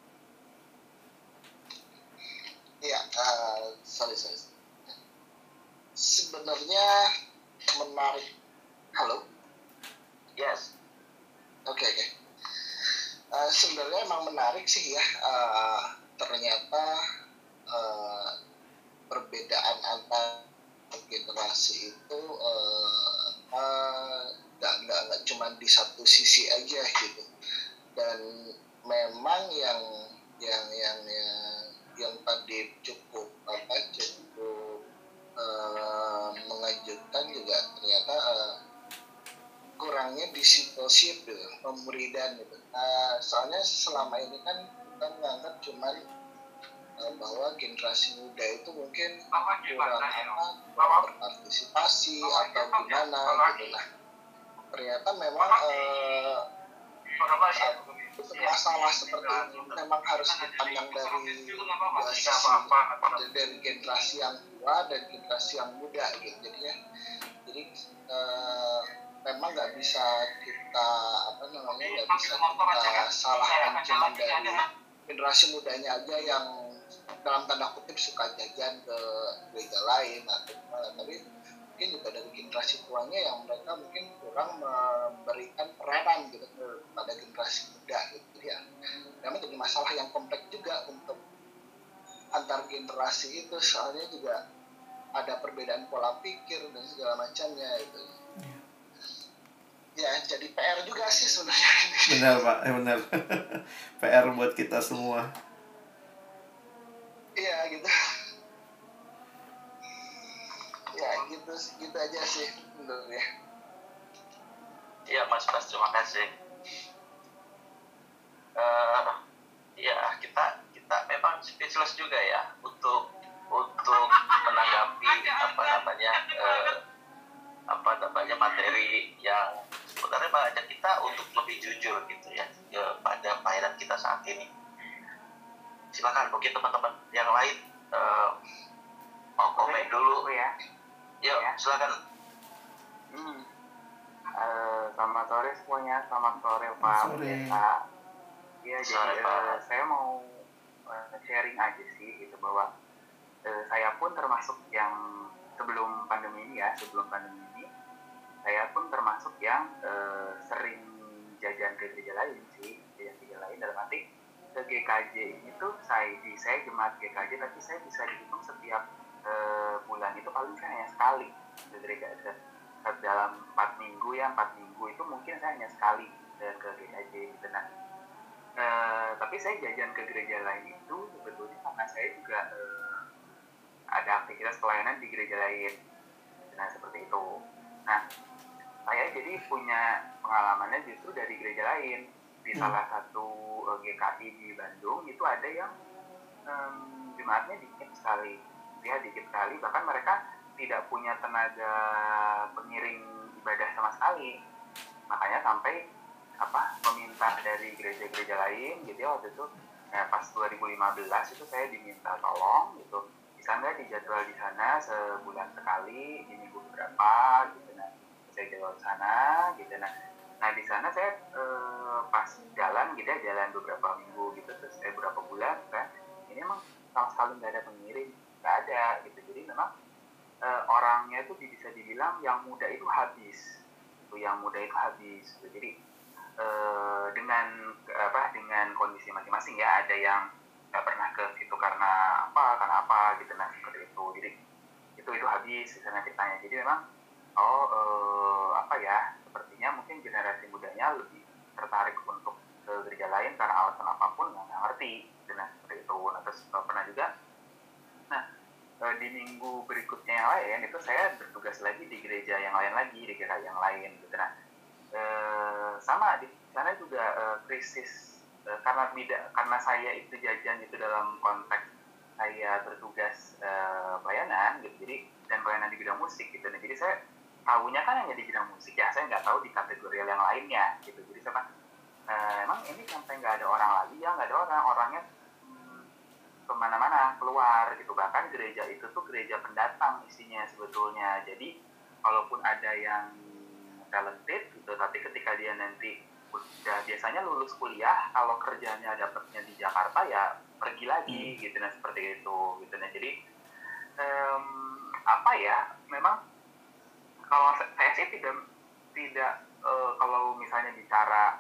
Ya, uh, sorry, sorry. Sebenarnya menarik. Halo? Yes. Oke, okay, oke. Okay. Uh, sebenarnya emang menarik sih ya. Uh, ternyata uh, perbedaan antar generasi itu uh, uh, gak, gak, gak cuma di satu sisi aja gitu. Dan memang yang yang yang yang yang tadi cukup apa cukup uh, mengejutkan juga ternyata uh, kurangnya discipleship gitu, pemuridan gitu. Nah, soalnya selama ini kan kita menganggap cuman uh, bahwa generasi muda itu mungkin kurang apa kurang berpartisipasi atau gimana gitu. Nah, ternyata memang uh, untuk masalah seperti ini memang harus dipandang dari dua sisi, dari generasi yang tua dan generasi yang muda gitu. Jadinya, jadi uh, memang nggak bisa kita apa namanya nggak bisa kita salahkan cuma dari generasi mudanya aja yang dalam tanda kutip suka jajan ke gereja lain atau gimana, tapi mungkin juga dari generasi tuanya yang mereka mungkin kurang memberikan peranan gitu kepada generasi muda gitu ya. Memang jadi masalah yang kompleks juga untuk antar generasi itu, soalnya juga ada perbedaan pola pikir dan segala macamnya itu. Ya, jadi P R juga sih sebenarnya. Benar Pak, eh benar. P R buat kita semua. Iya gitu. Ya gitu, gitu aja sih menurutnya. Iya Mas Pras, terima kasih. Uh, ya kita kita memang speechless juga ya untuk untuk menanggapi apa namanya uh, apa namanya materi yang sebenarnya mengajak kita untuk lebih jujur gitu ya pada pelayanan kita saat ini. Silakan mungkin teman-teman yang lain uh, mau komen dulu ya. Yuk, ya. Silakan. Hmm. Uh, selamat sore semuanya, selamat sore Pak. Sore. Iya, jadi uh, saya mau uh, sharing aja sih gitu bahwa uh, saya pun termasuk yang sebelum pandemi ini ya, sebelum pandemi ini saya pun termasuk yang uh, sering jajan ke gereja lain sih, jajan gereja lain dalam arti ke G K J ini tuh saya di saya jemaat G K J, tapi saya bisa dihitung setiap uh, bulan itu paling saya hanya sekali ke gereja dalam empat minggu ya empat minggu itu mungkin saya hanya sekali ke, ke G K J gitu. Nah eh, tapi saya jajan ke gereja lain itu sebetulnya karena saya juga eh, ada aktivitas pelayanan di gereja lain. Nah seperti itu. Nah saya jadi punya pengalamannya justru dari gereja lain. Di hmm. salah satu uh, G K I di Bandung itu ada yang um, jemaatnya dikit sekali, ya dikit sekali. Bahkan mereka tidak punya tenaga pengiring ibadah sama sekali. Makanya sampai apa meminta dari gereja-gereja lain, gitu ya waktu itu. Nah, pas dua ribu lima belas itu saya diminta tolong, gitu. Bisa nggak dijadwal di sana sebulan sekali, di minggu berapa, gitu. Nah, saya jadwal di sana, gitu. Nah, nah di sana saya eh, pas jalan gitu ya, jalan beberapa minggu gitu, terus saya beberapa bulan kan, ini emang sama sekali nggak ada pengiring, nggak ada gitu. Jadi memang eh, orangnya itu bisa dibilang yang muda itu habis, tuh yang muda itu habis. Gitu. Jadi eh, dengan apa dengan kondisi masing-masing ya, ada yang nggak pernah ke situ karena apa, karena apa gitu, nah seperti itu. Jadi itu itu habis di sana ceritanya. Jadi memang oh eh, apa ya, sepertinya mungkin generasi mudanya lebih tertarik untuk ke gereja lain karena alasan apapun nggak ngerti, dan seperti itu. Nah, terus uh, pernah juga, nah uh, di minggu berikutnya yang lain itu saya bertugas lagi di gereja yang lain lagi, di gereja yang lain gitu. Nah uh, sama di sana juga uh, krisis uh, karena beda, karena saya itu jajan itu dalam konteks saya bertugas uh, pelayanan gitu, jadi dan pelayanan di bidang musik gitu. Nah jadi saya tahunya kan hanya di bidang musik ya, saya nggak tahu di kategori yang lainnya gitu. Jadi saya eh, emang ini sampai nggak ada orang lagi ya, nggak ada orang, orangnya hmm, kemana-mana keluar gitu. Bahkan gereja itu tuh gereja pendatang isinya sebetulnya. Jadi kalaupun ada yang talented gitu, tapi ketika dia nanti udah biasanya lulus kuliah, kalau kerjanya dapatnya di Jakarta ya pergi lagi gitu. Nah seperti itu gitu. Nah jadi um, apa ya, memang kalau saya sih tidak tidak uh, kalau misalnya bicara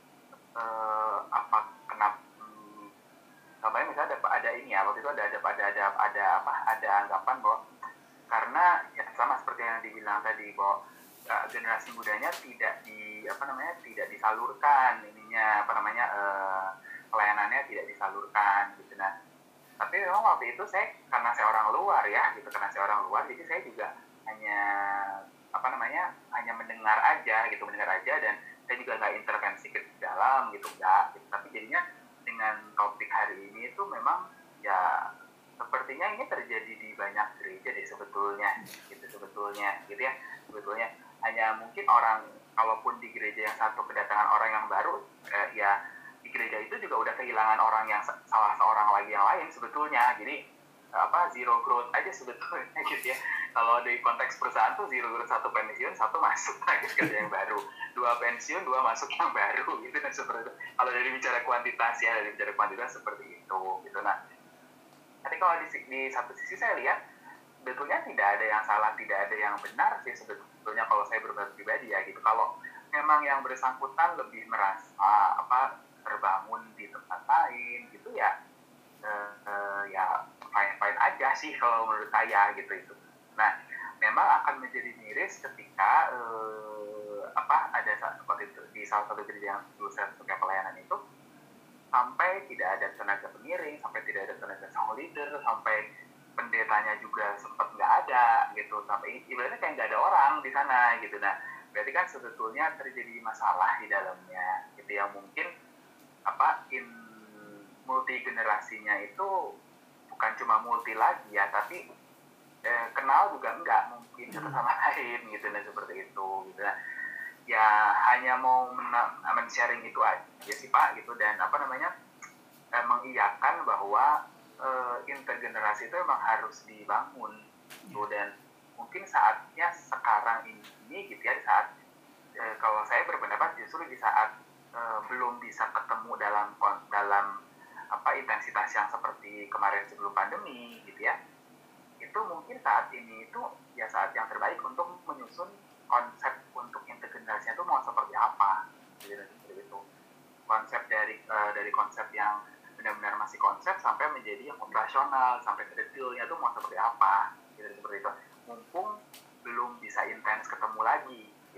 uh, apa kenapa hmm, namanya misalnya ada ada ini ya, waktu itu ada ada ada ada ada apa ada anggapan bahwa karena ya sama seperti yang dibilang tadi bahwa uh, generasi mudanya tidak di apa namanya tidak disalurkan ininya apa namanya uh, pelayanannya tidak disalurkan gitu. Nah tapi memang waktu itu saya karena saya orang luar ya gitu, karena saya orang luar jadi saya juga hanya apa namanya hanya mendengar aja gitu, mendengar aja, dan saya juga nggak intervensi ke dalam gitu, nggak gitu. Tapi jadinya dengan topik hari ini itu memang ya sepertinya ini terjadi di banyak gereja deh sebetulnya gitu, sebetulnya gitu ya, sebetulnya hanya mungkin orang, kalaupun di gereja yang satu kedatangan orang yang baru eh, ya di gereja itu juga udah kehilangan orang yang salah seorang lagi yang lain sebetulnya. Jadi apa zero growth aja sebetulnya gitu ya. Kalau di konteks perusahaan tuh zero growth, satu pensiun satu masuk lagi kerja yang baru, dua pensiun dua masuk yang baru gitu. Dan seperti itu kalau dari bicara kuantitas ya, dari bicara kuantitas seperti itu gitu. Nah tapi kalau di, di satu sisi saya lihat sebetulnya tidak ada yang salah, tidak ada yang benar sih sebetulnya kalau saya berbagi pribadi ya gitu. Kalau memang yang bersangkutan lebih merasa apa terbangun di tempat lain gitu ya uh, uh, ya fine-fine aja sih kalau menurut saya gitu itu. Nah, memang akan menjadi miris ketika uh, apa ada seperti itu di salah satu gereja yang dulu saya sebagai pelayanan itu sampai tidak ada tenaga pengiring, sampai tidak ada tenaga song leader, sampai pendetanya juga sempat nggak ada gitu, sampai ibaratnya kayak nggak ada orang di sana gitu. Nah, berarti kan sebetulnya terjadi masalah di dalamnya gitu yang mungkin apa in multi generasinya itu bukan cuma multi lagi ya, tapi eh, kenal juga enggak mungkin satu sama lain gitu. Nah seperti itu gitu. Nah, ya hanya mau men-sharing itu aja sih Pak gitu, dan apa namanya eh, mengiyakan bahwa eh, intergenerasi itu memang harus dibangun gitu. Dan mungkin saatnya sekarang ini gitu ya, di saat eh, kalau saya berpendapat justru di saat eh, belum bisa ketemu dalam dalam apa intensitas yang seperti kemarin sebelum pandemi gitu ya, itu mungkin saat ini itu ya saat yang terbaik untuk menyusun konsep untuk intergenerasinya itu mau seperti apa gitu, seperti itu. Konsep dari uh, dari konsep yang benar-benar masih konsep sampai menjadi yang operasional, sampai ke detailnya itu mau seperti apa gitu, seperti itu. Mumpung belum bisa intens ketemu lagi, jadi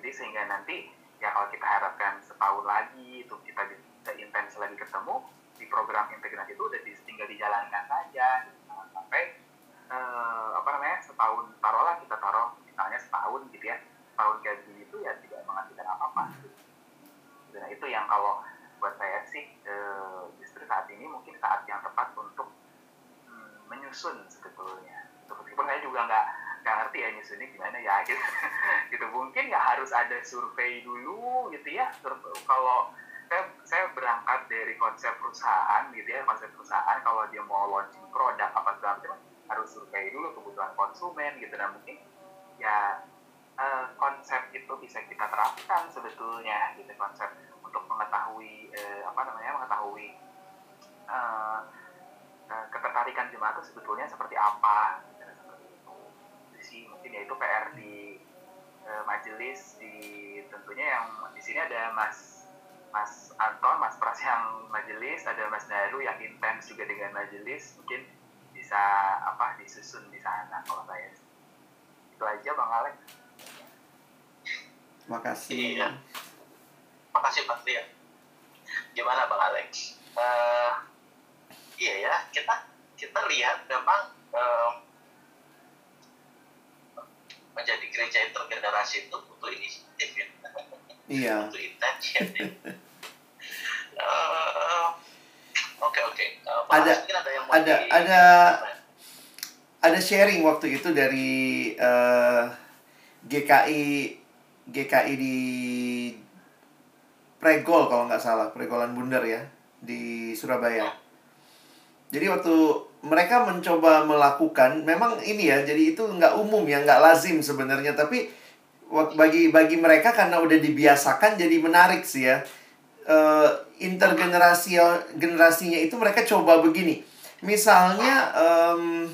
Jadi sehingga nanti ya kalau kita harapkan setahun lagi itu kita bisa intens lagi ketemu, di program integrasi itu udah di, tinggal dijalankan saja gitu. Sampai eh, apa namanya setahun, taruhlah kita taruh misalnya setahun gitu ya, tahun kayak gini itu ya tidak menghasilkan apa-apa gitu. Nah itu yang kalau buat saya sih eh, justru saat ini mungkin saat yang tepat untuk hmm, menyusun sebetulnya. Meskipun saya juga nggak nggak ngerti ya nyusunnya gimana ya gitu. Gitu mungkin nggak harus ada survei dulu gitu ya. Survei, kalau saya, saya berangkat dari konsep perusahaan gitu ya, konsep perusahaan kalau dia mau launching produk apa segala macam harus survei dulu kebutuhan konsumen gitu. Dan mungkin ya eh, konsep itu bisa kita terapkan sebetulnya gitu, konsep untuk mengetahui eh, apa namanya mengetahui eh, eh, ketertarikan jemaah itu sebetulnya seperti apa gitu, seperti itu. Jadi sih mungkin ya itu P R di eh, majelis, di tentunya yang di sini ada Mas Mas Anton, Mas Pras yang majelis, ada Mas Daru yang intens juga dengan majelis, mungkin bisa apa disusun di sana kalau saya. Itu aja Bang Alex. Makasih. Iya. Makasih Pak Ria. Gimana Bang Alex? Uh, iya ya, kita kita lihat memang uh, menjadi gereja intergenerasi itu butuh inisiatif ya. Iya. Butuh intention ya. uh, Oke oke. Uh, ada ada yang ada di... ada ada sharing waktu itu dari uh, G K I G K I di Pregol kalau nggak salah, Pregolan Bundar ya, di Surabaya. Jadi waktu mereka mencoba melakukan, memang ini ya, jadi itu nggak umum ya, nggak lazim sebenarnya. Tapi bagi bagi mereka karena udah dibiasakan jadi menarik sih ya. Uh, intergenerasi generasinya itu mereka coba begini. Misalnya um,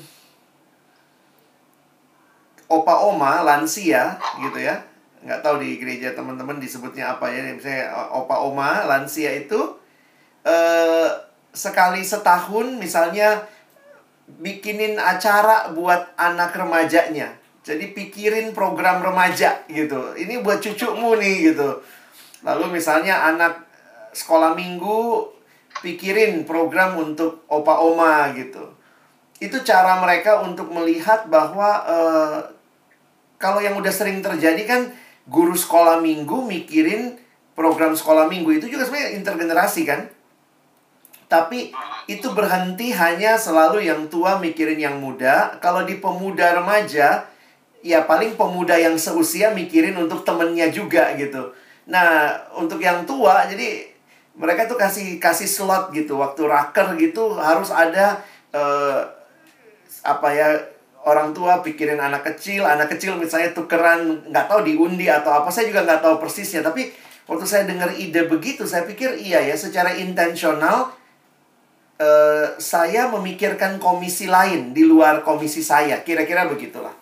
opa oma lansia gitu ya, nggak tahu di gereja teman-teman disebutnya apa ya, misalnya opa oma lansia itu eh, sekali setahun misalnya bikinin acara buat anak remajanya. Jadi pikirin program remaja gitu, ini buat cucumu nih gitu. Lalu misalnya anak sekolah minggu pikirin program untuk opa oma gitu. Itu cara mereka untuk melihat bahwa eh, kalau yang udah sering terjadi kan guru sekolah minggu mikirin program sekolah minggu, itu juga sebenarnya intergenerasi kan. Tapi itu berhenti hanya selalu yang tua mikirin yang muda. Kalau di pemuda remaja, ya paling pemuda yang seusia mikirin untuk temennya juga gitu. Nah, untuk yang tua, jadi mereka tuh kasih kasih slot gitu, waktu raker gitu harus ada uh, apa ya, orang tua pikirin anak kecil, anak kecil misalnya tukeran, nggak tahu diundi atau apa, saya juga nggak tahu persisnya. Tapi waktu saya dengar ide begitu, saya pikir iya ya, secara intensional uh, saya memikirkan komisi lain di luar komisi saya, kira-kira begitulah.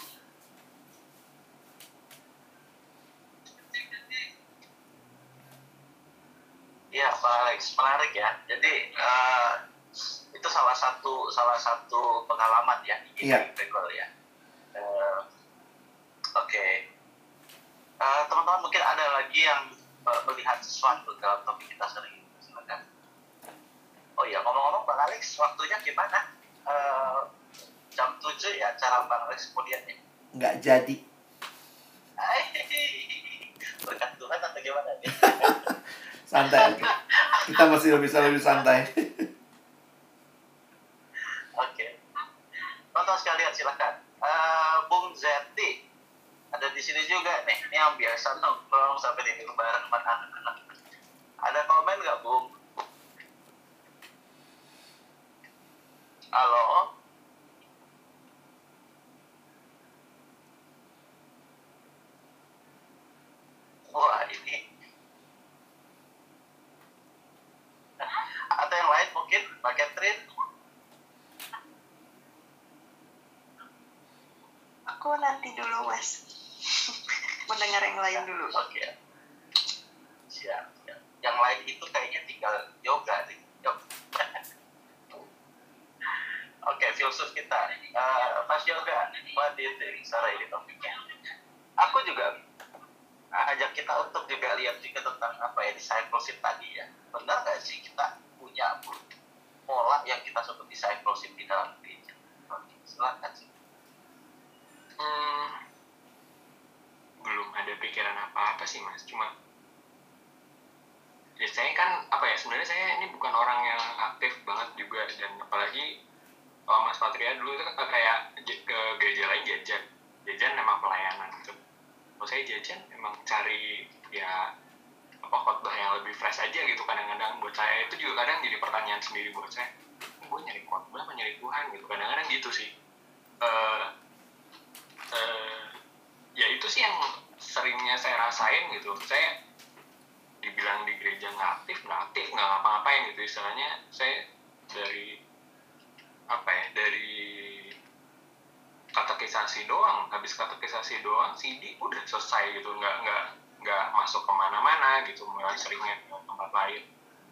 Iya Pak Alex, menarik ya. Jadi uh, itu salah satu salah satu pengalaman ya di Iya. Pregol ya. Uh, Oke, okay. uh, teman-teman mungkin ada lagi yang uh, melihat sesuatu dalam topik kita sering ini. Silakan. Oh iya, ngomong-ngomong Bang Alex, waktunya gimana? Uh, jam tujuh ya cara Bang Alex kemudiannya? Nggak jadi. Berkat Tuhan atau gimana nih? Santai aja. Kita masih bisa lebih santai. Oke. Tonton sekalian silakan. Uh, Bung Zeti ada di sini juga nih. Ini yang biasa nongkrong sampai di bareng sama anak-anak. Ada komen nggak Bung? Halo. Wah ini. Atau yang lain mungkin, Mbak Catherine? Aku nanti dulu, Mas. Mendengar yang lain dulu. Oke. Okay. Siap, siap. Yang lain itu kayaknya tinggal yoga nih. Yuk. Oke, okay, filsuf kita. Uh, Mas Yoga, what do you think? Sorry, ini topiknya. Aku juga mengajak kita untuk juga lihat juga tentang apa ya discipleship tadi ya. Benar nggak sih kita punya pola yang kita sebut discipleship di dalam gereja? Oke, silakan sih. Hmm, belum ada pikiran apa-apa sih mas, cuma ya saya kan apa ya sebenarnya saya ini bukan orang yang aktif banget juga, dan apalagi kalau Mas Patria dulu itu kan kayak ke gereja lain jajan, jajan memang pelayanan gitu. Kalau saya jajan memang cari ya apa khotbah yang lebih fresh aja gitu. Kadang-kadang buat saya itu juga kadang jadi pertanyaan sendiri buat saya, gue nyari khotbah apa nyari Tuhan gitu. Kadang-kadang gitu sih. Uh, uh, ya itu sih yang seringnya saya rasain gitu. Saya dibilang di gereja nggak aktif, nggak aktif, nggak ngapa-ngapain gitu. Istilahnya saya dari apa ya, dari katekisasi doang, habis katekisasi doang, C D udah selesai gitu, nggak nggak nggak masuk kemana-mana gitu, malah seringnya ke tempat lain.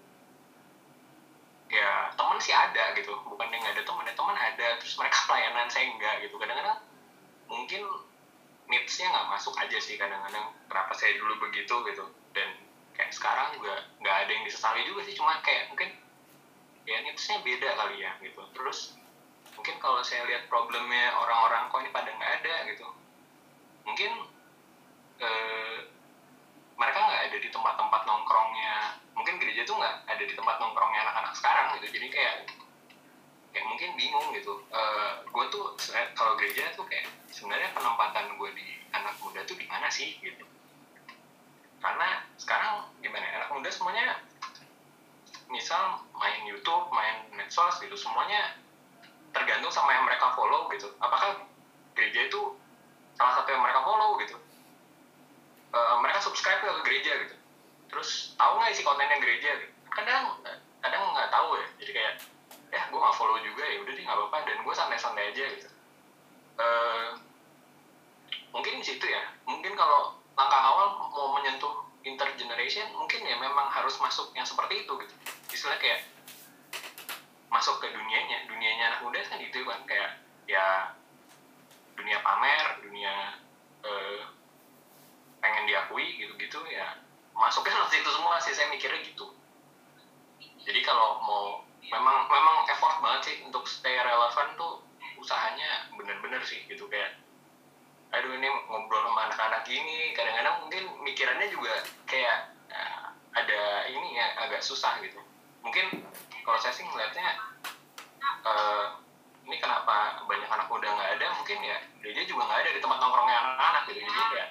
Ya teman sih ada gitu, bukan yang nggak ada teman, ya teman ada, terus mereka pelayanan saya enggak gitu. Kadang-kadang mungkin needs-nya nggak masuk aja sih kadang-kadang, kenapa saya dulu begitu gitu. Dan kayak sekarang juga nggak ada yang disesali juga sih, cuma kayak mungkin ya needs-nya beda kali ya gitu. Terus mungkin kalau saya lihat problemnya orang-orang kok ini pada nggak ada gitu, mungkin eh, mereka nggak ada di tempat-tempat nongkrongnya, mungkin gereja tuh nggak ada di tempat nongkrongnya anak-anak sekarang gitu. Jadi kayak kayak mungkin bingung gitu. Uh, gue tuh kalau gereja tuh kayak sebenarnya penempatan gue di anak muda tuh di mana sih gitu. Karena sekarang gimana ya, anak muda semuanya misal main YouTube, main medsos gitu, semuanya tergantung sama yang mereka follow gitu. Apakah gereja itu salah satu yang mereka follow gitu? Uh, mereka subscribe ke gereja gitu. Terus tahu nggak isi kontennya gereja gitu? Kadang kadang nggak tahu ya. Jadi kayak ya gue nggak follow juga, ya udah deh nggak apa-apa, dan gue santai-santai aja gitu. Uh, mungkin di situ ya. Mungkin kalau langkah awal mau menyentuh intergeneration, mungkin ya memang harus masuk yang seperti itu gitu. Istilahnya kayak masuk ke dunianya, dunianya anak muda kan gitu kan, kayak ya dunia pamer, dunia uh, pengen diakui gitu-gitu ya, masuknya ke situ semua sih, saya mikirnya gitu. Jadi kalau mau memang memang effort banget sih untuk stay relevan tuh, usahanya bener-bener sih gitu. Kayak aduh ini ngobrol sama anak-anak gini, kadang-kadang mungkin mikirannya juga kayak uh, ada ini ya agak susah gitu. Mungkin kalau saya sih ngeliatnya uh, ini kenapa banyak anak muda nggak ada, mungkin ya gereja juga nggak ada di tempat nongkrongnya anak-anak gitu. Jadi kayak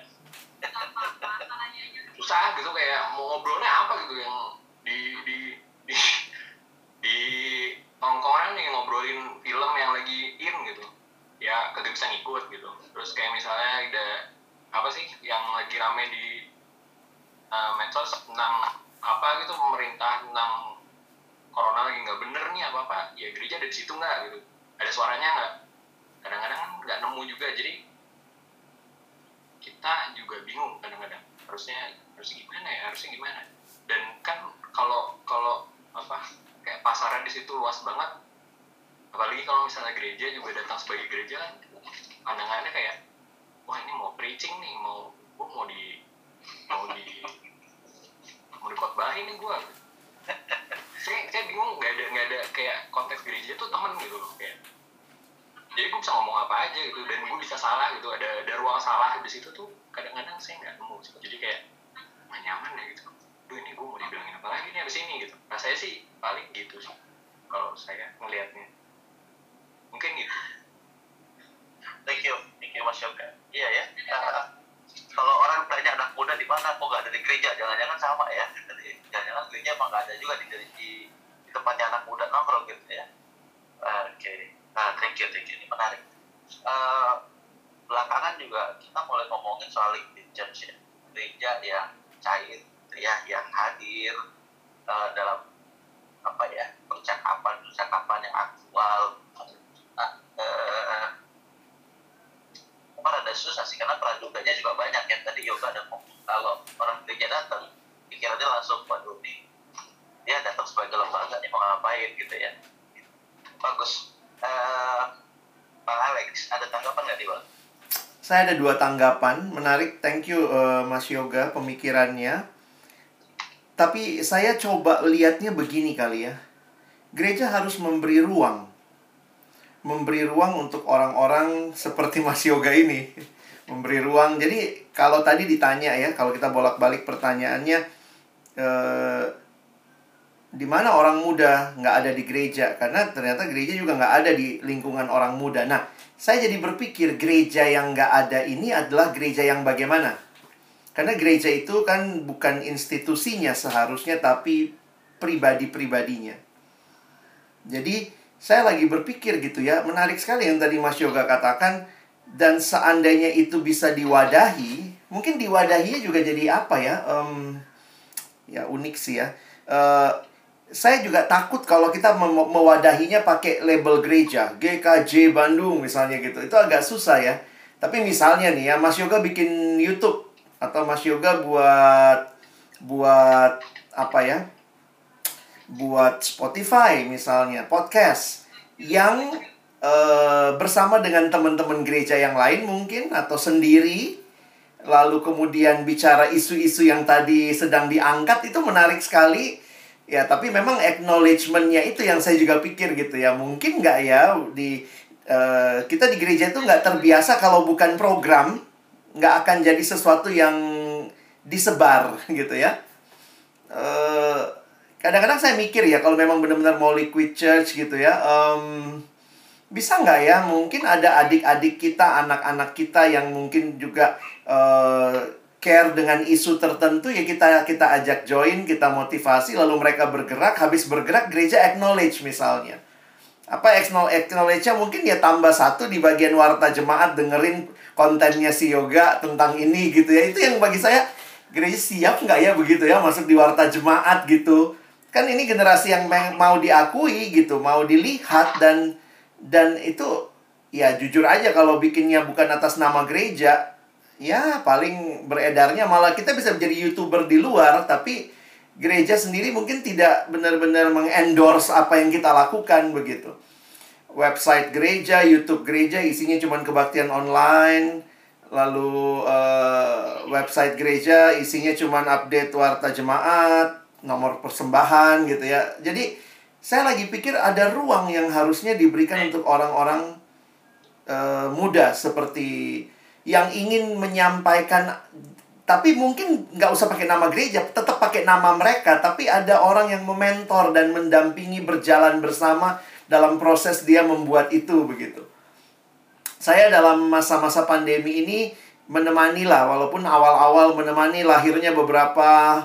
susah gitu, kayak mau ngobrolnya apa gitu yang di di di di tongkrongan nih ngobrolin film yang lagi in gitu, ya kagak bisa ngikut gitu. Terus kayak misalnya ada apa sih yang lagi rame di uh, medsos tentang apa gitu, pemerintah tentang corona lagi nggak bener nih apa apa, ya gereja ada di situ nggak gitu, ada suaranya nggak? Kadang-kadang kan nggak nemu juga. Jadi kita juga bingung kadang-kadang harusnya harus gimana ya, harusnya gimana. Dan kan kalau kalau apa kayak pasarnya di situ luas banget, apalagi kalau misalnya gereja juga datang sebagai gereja kan, pandangannya kayak wah ini mau preaching nih, mau gue mau di mau di mau dikotbahin nih gue. saya saya bingung, nggak ada nggak ada kayak konteks gereja tuh temen gitu loh, kayak jadi gue bisa ngomong apa aja gitu, dan gue bisa salah gitu, ada ada ruang salah di situ tuh kadang-kadang saya nggak nemu. Jadi kayak nggak nyaman ya gitu. Duh ini gue mau dibilangin apa lagi nih abis ini gitu. Nah saya sih paling gitu sih kalau saya ngelihatnya, mungkin gitu. Thank you, thank you Mas Yoga. Iya ya. Uh, kalau orang tanya anak muda di mana, kok nggak ada di gereja? Jangan-jangan sama ya. Jangan-jangan gereja emang nggak ada juga di, di, di tempatnya anak muda nongkrong gitu ya. Uh, Oke. Okay. Nah, thank you, thank you. Ini menarik. Uh, belakangan juga kita mulai ngomongin soal LinkedIn Church ya. Gereja yang cair, ya, yang hadir uh, dalam apa ya percakapan percakapan yang aktual. Nah, uh, ada susah sih karena praduganya juga banyak ya. Tadi Yoga ada ngomong kalau orang gereja datang pikirannya langsung waduh nih dia datang sebagai lembaga nih mau ngapain gitu ya. Bagus. uh, Bang Alex ada tanggapan nggak nih Bang? saya ada dua tanggapan. Menarik, thank you uh, Mas Yoga pemikirannya. Tapi saya coba lihatnya begini kali ya. Gereja harus memberi ruang. Memberi ruang untuk orang-orang seperti Mas Yoga ini. Memberi ruang. Jadi kalau tadi ditanya ya, kalau kita bolak-balik pertanyaannya, eh, di mana orang muda nggak ada di gereja? Karena ternyata gereja juga nggak ada di lingkungan orang muda. Nah, saya jadi berpikir gereja yang nggak ada ini adalah gereja yang bagaimana? Karena gereja itu kan bukan institusinya seharusnya, tapi pribadi-pribadinya. Jadi saya lagi berpikir gitu ya, menarik sekali yang tadi Mas Yoga katakan. Dan seandainya itu bisa diwadahi, mungkin diwadahinya juga jadi apa ya? Um, ya unik sih ya. Uh, saya juga takut kalau kita mem- mewadahinya pakai label gereja, G K J Bandung misalnya gitu. Itu agak susah ya. Tapi misalnya nih ya, Mas Yoga bikin YouTube atau Mas Yoga buat buat apa ya? Buat Spotify misalnya, podcast yang Uh, bersama dengan teman-teman gereja yang lain mungkin, atau sendiri, lalu kemudian bicara isu-isu yang tadi sedang diangkat, itu menarik sekali ya. Tapi memang acknowledgement-nya itu yang saya juga pikir gitu ya, mungkin nggak ya di uh, kita di gereja itu nggak terbiasa kalau bukan program, nggak akan jadi sesuatu yang disebar gitu ya. uh, kadang-kadang saya mikir ya, kalau memang benar-benar mau liquid church gitu ya, um, bisa nggak ya, mungkin ada adik-adik kita, anak-anak kita yang mungkin juga uh, care dengan isu tertentu, ya kita kita ajak join, kita motivasi, lalu mereka bergerak, habis bergerak gereja acknowledge misalnya. Apa acknowledge-nya mungkin ya tambah satu di bagian warta jemaat, dengerin kontennya si Yoga tentang ini gitu ya. Itu yang bagi saya, gereja siap nggak ya begitu ya, masuk di warta jemaat gitu. Kan ini generasi yang mau diakui gitu, mau dilihat, dan Dan itu, ya jujur aja kalau bikinnya bukan atas nama gereja, ya paling beredarnya malah kita bisa menjadi YouTuber di luar, tapi gereja sendiri mungkin tidak benar-benar mengendorse apa yang kita lakukan begitu. Website gereja, YouTube gereja isinya cuma kebaktian online, lalu uh, website gereja isinya cuma update warta jemaat, nomor persembahan gitu ya. Jadi saya lagi pikir ada ruang yang harusnya diberikan untuk orang-orang uh, muda seperti yang ingin menyampaikan, tapi mungkin nggak usah pakai nama gereja, tetap pakai nama mereka, tapi ada orang yang mementor dan mendampingi, berjalan bersama dalam proses dia membuat itu begitu. Saya dalam masa-masa pandemi ini menemani lah, walaupun awal-awal menemani lahirnya beberapa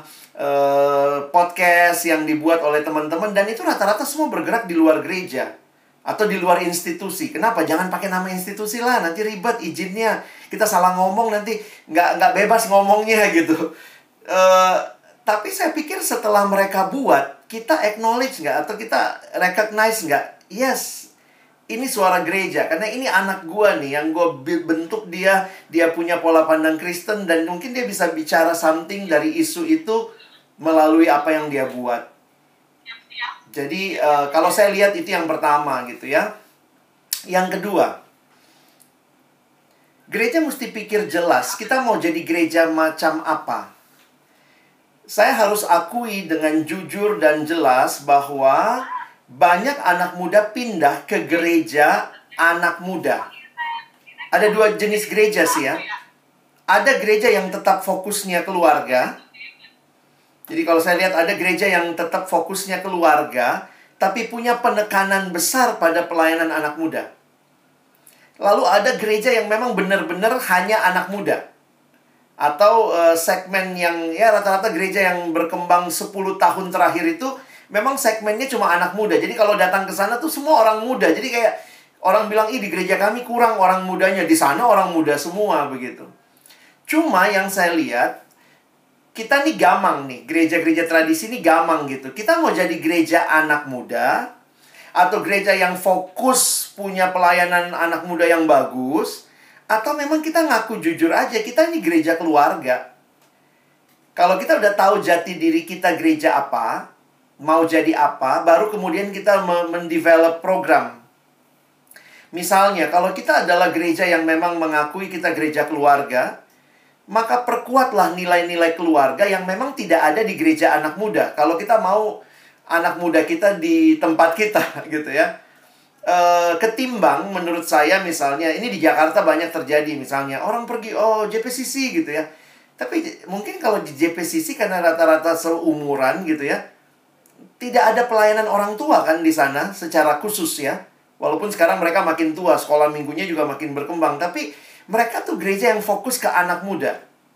Uh, podcast yang dibuat oleh teman-teman, dan itu rata-rata semua bergerak di luar gereja atau di luar institusi. Kenapa? Jangan pakai nama institusi lah, nanti ribet izinnya, kita salah ngomong nanti nggak nggak bebas ngomongnya gitu. Uh, tapi saya pikir setelah mereka buat, kita acknowledge nggak atau kita recognize nggak? Yes, ini suara gereja, karena ini anak gua nih yang gua bentuk dia, dia punya pola pandang Kristen, dan mungkin dia bisa bicara something dari isu itu melalui apa yang dia buat. Jadi uh, kalau saya lihat itu yang pertama gitu ya. Yang kedua, gereja mesti pikir jelas, kita mau jadi gereja macam apa. Saya harus akui dengan jujur dan jelas bahwa banyak anak muda pindah ke gereja anak muda. Ada dua jenis gereja sih ya. Ada gereja yang tetap fokusnya keluarga. Jadi kalau saya lihat ada gereja yang tetap fokusnya keluarga, tapi punya penekanan besar pada pelayanan anak muda. Lalu ada gereja yang memang benar-benar hanya anak muda. Atau uh, segmen yang, ya rata-rata gereja yang berkembang sepuluh tahun terakhir itu memang segmennya cuma anak muda. Jadi kalau datang ke sana tuh semua orang muda. Jadi kayak orang bilang, ih di gereja kami kurang orang mudanya. Di sana orang muda semua begitu. Cuma yang saya lihat, kita nih gamang nih, gereja-gereja tradisi ini gamang gitu. Kita mau jadi gereja anak muda, atau gereja yang fokus punya pelayanan anak muda yang bagus, atau memang kita ngaku jujur aja, kita ini gereja keluarga. Kalau kita udah tahu jati diri kita gereja apa, mau jadi apa, baru kemudian kita mendevelop program. Misalnya, kalau kita adalah gereja yang memang mengakui kita gereja keluarga, maka perkuatlah nilai-nilai keluarga yang memang tidak ada di gereja anak muda. Kalau kita mau anak muda kita di tempat kita, gitu ya. E, ketimbang menurut saya misalnya, ini di Jakarta banyak terjadi. Misalnya, orang pergi, oh J P C C gitu ya. Tapi mungkin kalau di J P C C karena rata-rata seumuran gitu ya, tidak ada pelayanan orang tua kan di sana secara khusus ya. Walaupun sekarang mereka makin tua, sekolah minggunya juga makin berkembang. Tapi mereka tuh gereja yang fokus ke anak muda.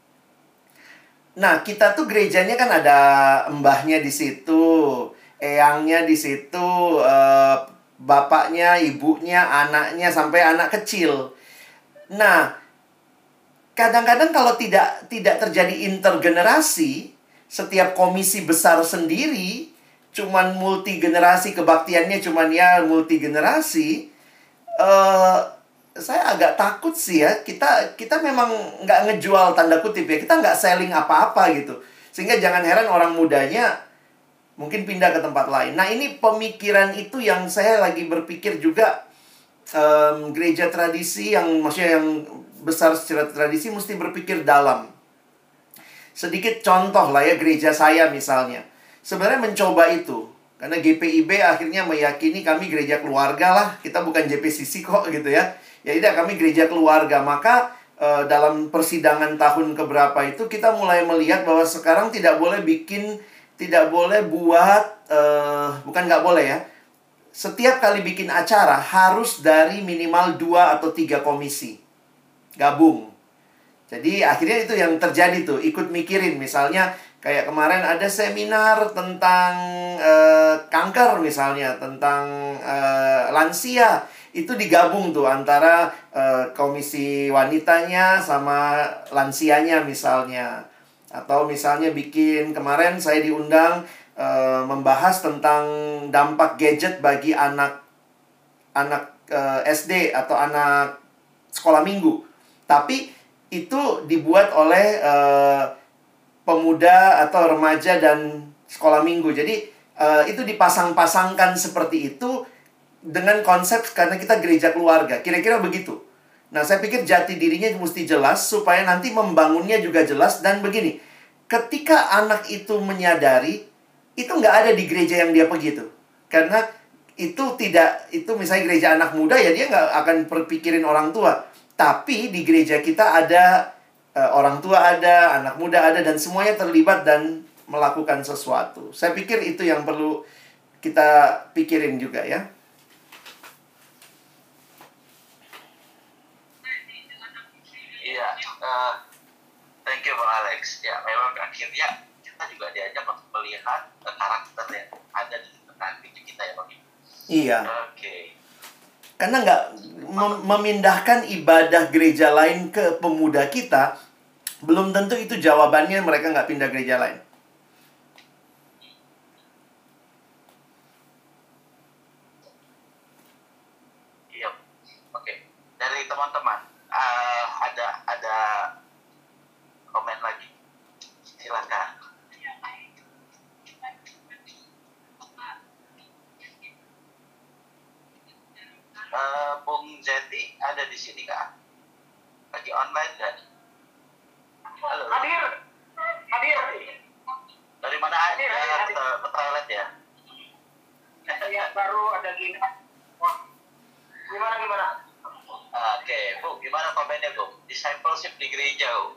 Nah, kita tuh gerejanya kan ada mbahnya di situ, eyangnya di situ, eh, bapaknya, ibunya, anaknya, sampai anak kecil. Nah, kadang-kadang kalau tidak tidak terjadi intergenerasi, setiap komisi besar sendiri, cuman multi generasi, kebaktiannya cuman ya multi generasi, uh, saya agak takut sih ya. Kita kita memang nggak ngejual tanda kutip ya, kita nggak selling apa-apa gitu. Sehingga jangan heran orang mudanya mungkin pindah ke tempat lain. Nah, ini pemikiran itu yang saya lagi berpikir juga, um, gereja tradisi yang maksudnya yang besar secara tradisi mesti berpikir dalam. Sedikit contoh lah ya, gereja saya misalnya sebenarnya mencoba itu. Karena G P I B akhirnya meyakini kami gereja keluarga lah. Kita bukan J P C C kok gitu ya. Ya tidak, kami gereja keluarga. Maka uh, dalam persidangan tahun keberapa itu kita mulai melihat bahwa sekarang tidak boleh bikin, tidak boleh buat, uh, bukan nggak boleh ya. Setiap kali bikin acara harus dari minimal dua atau tiga komisi gabung. Jadi akhirnya itu yang terjadi tuh, ikut mikirin. Misalnya kayak kemarin ada seminar tentang uh, kanker misalnya, tentang uh, lansia. Itu digabung tuh antara uh, komisi wanitanya sama lansianya misalnya. Atau misalnya bikin, kemarin saya diundang uh, membahas tentang dampak gadget bagi anak anak uh, S D atau anak sekolah minggu. Tapi itu dibuat oleh uh, pemuda atau remaja dan sekolah minggu. Jadi uh, itu dipasang-pasangkan seperti itu dengan konsep karena kita gereja keluarga. Kira-kira begitu. Nah, saya pikir jati dirinya mesti jelas supaya nanti membangunnya juga jelas. Dan begini, ketika anak itu menyadari, itu nggak ada di gereja yang dia pergi tuh. Karena itu tidak, itu misalnya gereja anak muda ya dia nggak akan berpikirin orang tua. Tapi di gereja kita ada uh, orang tua ada, anak muda ada, dan semuanya terlibat dan melakukan sesuatu. Saya pikir itu yang perlu kita pikirin juga ya. Iya, uh, thank you Bang Alex. Ya, memang akhirnya kita juga diajak untuk melihat uh, karakter yang ada di tengah gereja kita ya Bang. Iya. Oke. Okay. Karena nggak mem- memindahkan ibadah gereja lain ke pemuda kita, belum tentu itu jawabannya mereka nggak pindah gereja lain. Iya, oke. Okay. Dari teman-teman uh, ada ada komen lagi, silakan. Uh, Bung Zeti ada di sini kak? Lagi online kan? Halo. Hadir, hadir. Dari mana aja? Ke, ke toilet ya? Ya baru ada gini. Wah, gimana gimana? Oke, okay. Bu, gimana komennya Bu? Discipleship di gereja Bu?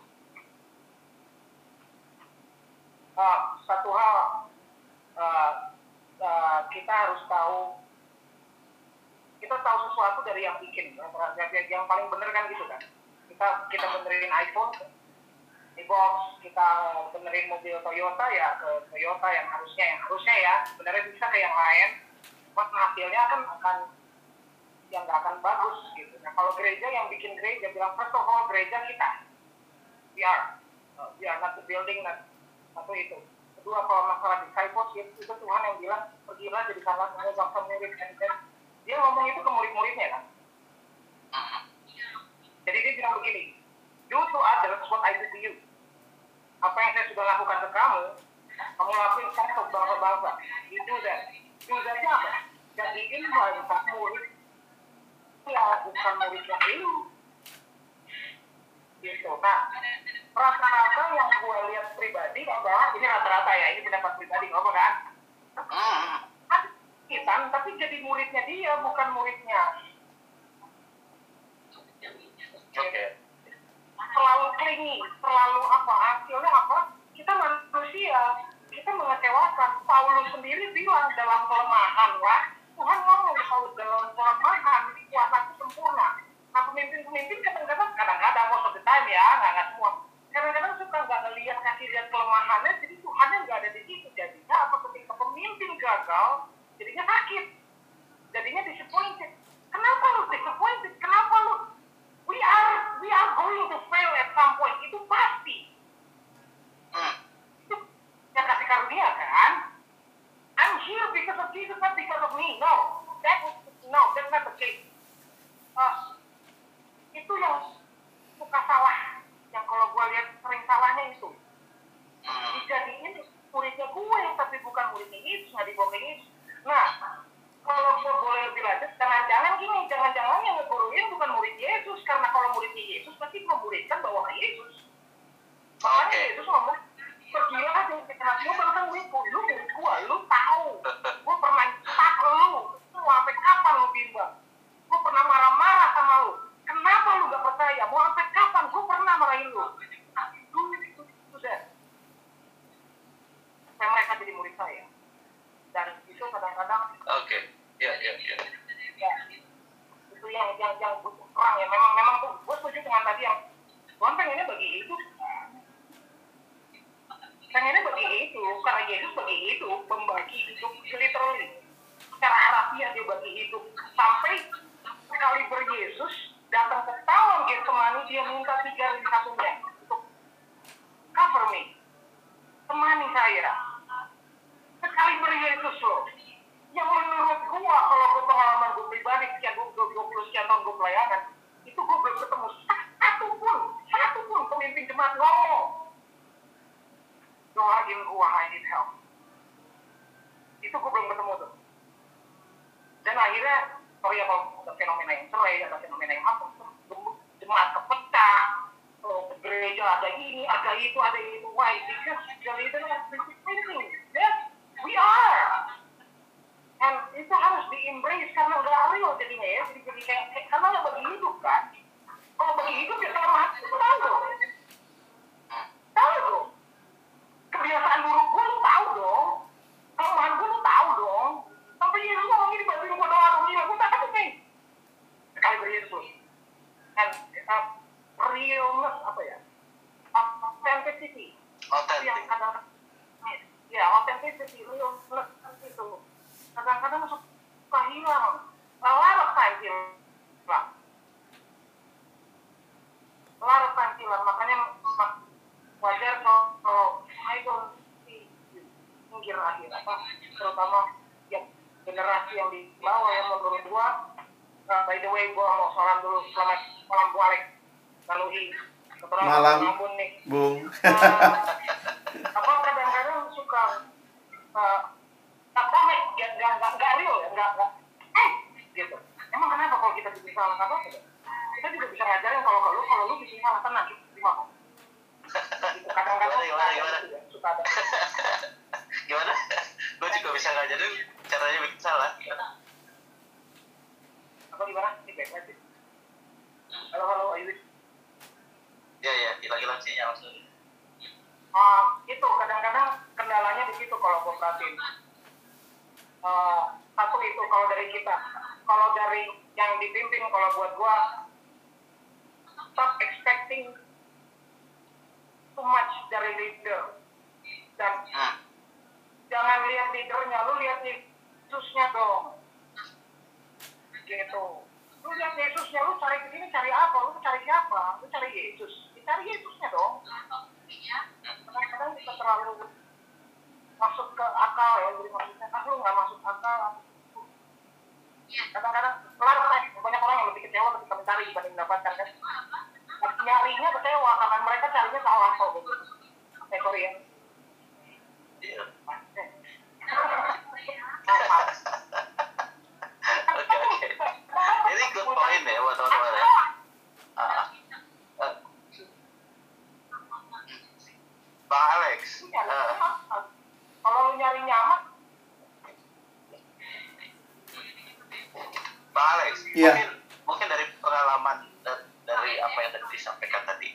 Uh, satu hal, uh, uh, kita harus tahu. Kita tahu sesuatu dari yang bikin, yang paling bener kan gitu kan. Kita kita benerin iPhone di box, kita benerin mobil Toyota ya ke Toyota yang harusnya yang harusnya ya sebenarnya bisa ke yang lain, cuma hasilnya kan akan yang nggak akan bagus gitu. Nah kalau gereja yang bikin gereja bilang first of all gereja kita, we are, uh, we are not the building, not satu itu. Kedua kalau masalah discipleship itu Tuhan yang bilang pergilah jadi salah satu bangsa murid dan dia ngomong itu ke murid-muridnya kan. Jadi dia bilang begini, do to others what I do to you. Apa yang saya sudah lakukan ke kamu, kamu lakuin sekarang ke bangsa-bangsa. You do that. Do that-nya apa? Jadiin bangsa murid ya, bukan muridnya lu. Gitu. Nah, rata-rata yang gue lihat pribadi adalah, ini rata-rata ya, ini pendapat pribadi, nggak apa kan? Kita, tapi jadi muridnya dia, bukan muridnya. Oke. Selalu klingi, selalu apa, hasilnya apa? Kita manusia, kita mengecewakan. Paulus sendiri bilang dalam kelemahan lah, Tuhan ngomong Paulus dalam kelemahan, kuasaku sempurna. Nah, pemimpin-pemimpin kadang-kadang, kadang-kadang most of the time ya, nggak nggak semua. Kadang-kadang suka nggak ngelihat, kasih lihat kelemahannya, jadi Tuhannya nggak ada di situ. Jadinya apa, ketika pemimpin gagal, jadinya sakit, jadinya disappointed. Kenapa lu disappointed? Kenapa lu? We are we are going to fail at some point, itu pasti. Itu yang kasih karunia kan? I'm here because of Jesus, not because of me. No, that no, that's not the case. Uh, itu yang suka salah, yang kalau gue lihat sering salahnya itu dijadiin muridnya gue, tapi bukan muridnya Yesus, nggak dibawa ke Yesus. Nah, kalau gue boleh lebih lanjut, jangan-jangan gini, jangan-jangan yang ngeguruin bukan murid Yesus, karena kalau muridnya Yesus pasti memuridkan bawa ke Yesus. Makanya Oke. Yesus ngomong, pergilah aja ke tengah gue, bahkan muridku, lu murid gue, lu tahu, gue pernah tak lu, lu sampai kapan lu bimbang? Gue pernah marah-marah sama lu. Kenapa lu gak percaya? Mau sampai kapan? Gue pernah marahin lu. Lu itu sudah. Saya mereka jadi murid saya. Dan itu kadang-kadang. Oke. Ya, ya, ya. Ya, itu yang yang yang butuh perang ya. Memang memang tuh. Gue setuju dengan tadi yang Tuhan pengennya bagi hidup. Pengennya bagi itu karena Yesus bagi hidup, membagi hidup literally. Secara harafiah dia bagi hidup sampai sekali ber-Yesus datang ke taman Getsemani, dia minta tiga ribu satunya untuk cover me, temani saya. Sekali ber-Yesus loh, yang menurut gua kalau gua pengalaman gua pribadi sekian dua puluh sekian tahun gua pelayanan, itu gua belum ketemu satu pun, satu pun pemimpin jemaat ngomong doain gua, I need help. Itu gua belum ketemu tuh. Dan akhirnya sorry ya kalau ada fenomena yang cerai, ada fenomena yang apa, jemaat kepecah, oh, gereja ada ini, ada itu, ada itu, why? Because the leader is participating. Yes, we are. And itu harus di-embrace karena udah real jadinya ya, jadi jadi kayak, kayak karena nggak bagi hidup kan. Kalau bagi hidup ya kelemahan itu tahu dong. Tahu dong. Kebiasaan buruk gue lu tahu dong. Kelemahan gue lu tahu dong. Sampai Yesus ngomong ini bantuin gue doa dong, gue takut nih. Sekali ber-Yesus. And uh, realness apa ya? Authenticity. Authentic. Yang kadang ya authenticity, realness itu kadang-kadang suka hilang. A lot of time hilang. A lot of time hilang. Makanya wajar kalau I don't see you minggir akhir apa, terutama yang generasi yang di bawah yang menurut gua. Uh, by the way, gua mau salam dulu, selamat malam Bu Alex, lalu malam Ambon nih. Bung. Uh, apa kadang-kadang suka uh, apa ya nggak nggak nggak real ya nggak nggak eh gitu. Emang kenapa kalau kita bisa salah apa tidak? Kita juga bisa ngajarin kalau kalau kalau lu bisa salah tenang gitu, gimana? Gitu kadang-kadang gimana gimana gimana? Suka ada. Gimana? Gue juga bisa ngajarin caranya bikin salah. Apa gimana? Ini baik lagi. Halo halo Ayu. Ya ya, hilang-hilang sinyal langsung. Uh, itu kadang-kadang kendalanya di situ kalau gue perhatiin. Uh, satu itu kalau dari kita, kalau dari yang dipimpin, kalau buat gue stop expecting too much dari leader dan Hmm. jangan lihat leadernya, lu lihat Yesusnya dong. Gitu. Lu lihat Yesusnya, lu cari kesini cari apa? Lu cari siapa? Lu cari Yesus. Cari Yesusnya dong. Kadang-kadang kita terlalu masuk ke akal ya, jadi maksudnya ah lu nggak masuk akal. Kadang-kadang larang, banyak orang yang lebih kecewa ketika mencari dibanding mendapatkan kan. Nyarinya kecewa karena mereka carinya salah kok begitu. Eh sorry ya. Iya. Maaf. Oke oke. Ini good point Iya. Mungkin mungkin dari pengalaman dan dari apa yang tadi disampaikan tadi,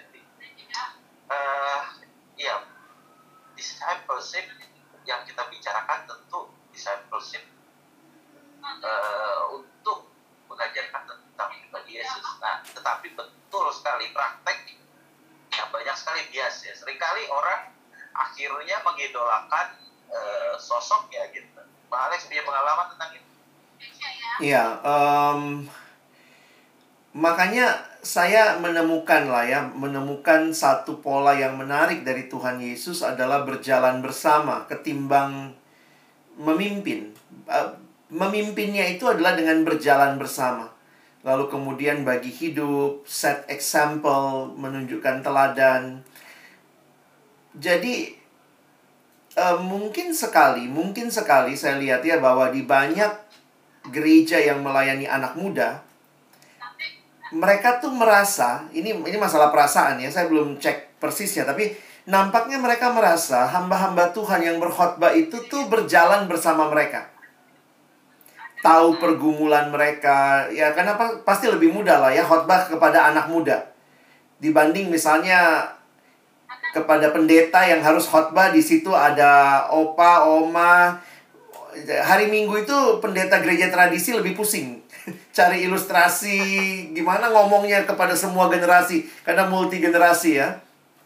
uh, ya discipleship yang kita bicarakan tentu discipleship uh, untuk mengajarkan tentang pribadi Yesus. Nah, tetapi betul sekali praktek yang banyak sekali bias ya. Seringkali orang akhirnya mengidolakan uh, sosok ya gitu. Bang Alex punya pengalaman tentang itu? Iya, um, makanya saya menemukan lah ya, menemukan satu pola yang menarik dari Tuhan Yesus adalah berjalan bersama ketimbang memimpin. Uh, memimpinnya itu adalah dengan berjalan bersama. Lalu kemudian bagi hidup, set example, menunjukkan teladan. Jadi uh, mungkin sekali, mungkin sekali saya lihat ya bahwa di banyak gereja yang melayani anak muda, mereka tuh merasa, ini ini masalah perasaan ya, saya belum cek persisnya, tapi nampaknya mereka merasa hamba-hamba Tuhan yang berkhotbah itu tuh berjalan bersama mereka. Tahu pergumulan mereka, ya kenapa pasti lebih mudah lah ya khotbah kepada anak muda dibanding misalnya kepada pendeta yang harus khotbah, di situ ada opa, oma. Hari Minggu itu pendeta gereja tradisi lebih pusing cari ilustrasi gimana ngomongnya kepada semua generasi karena multi generasi ya.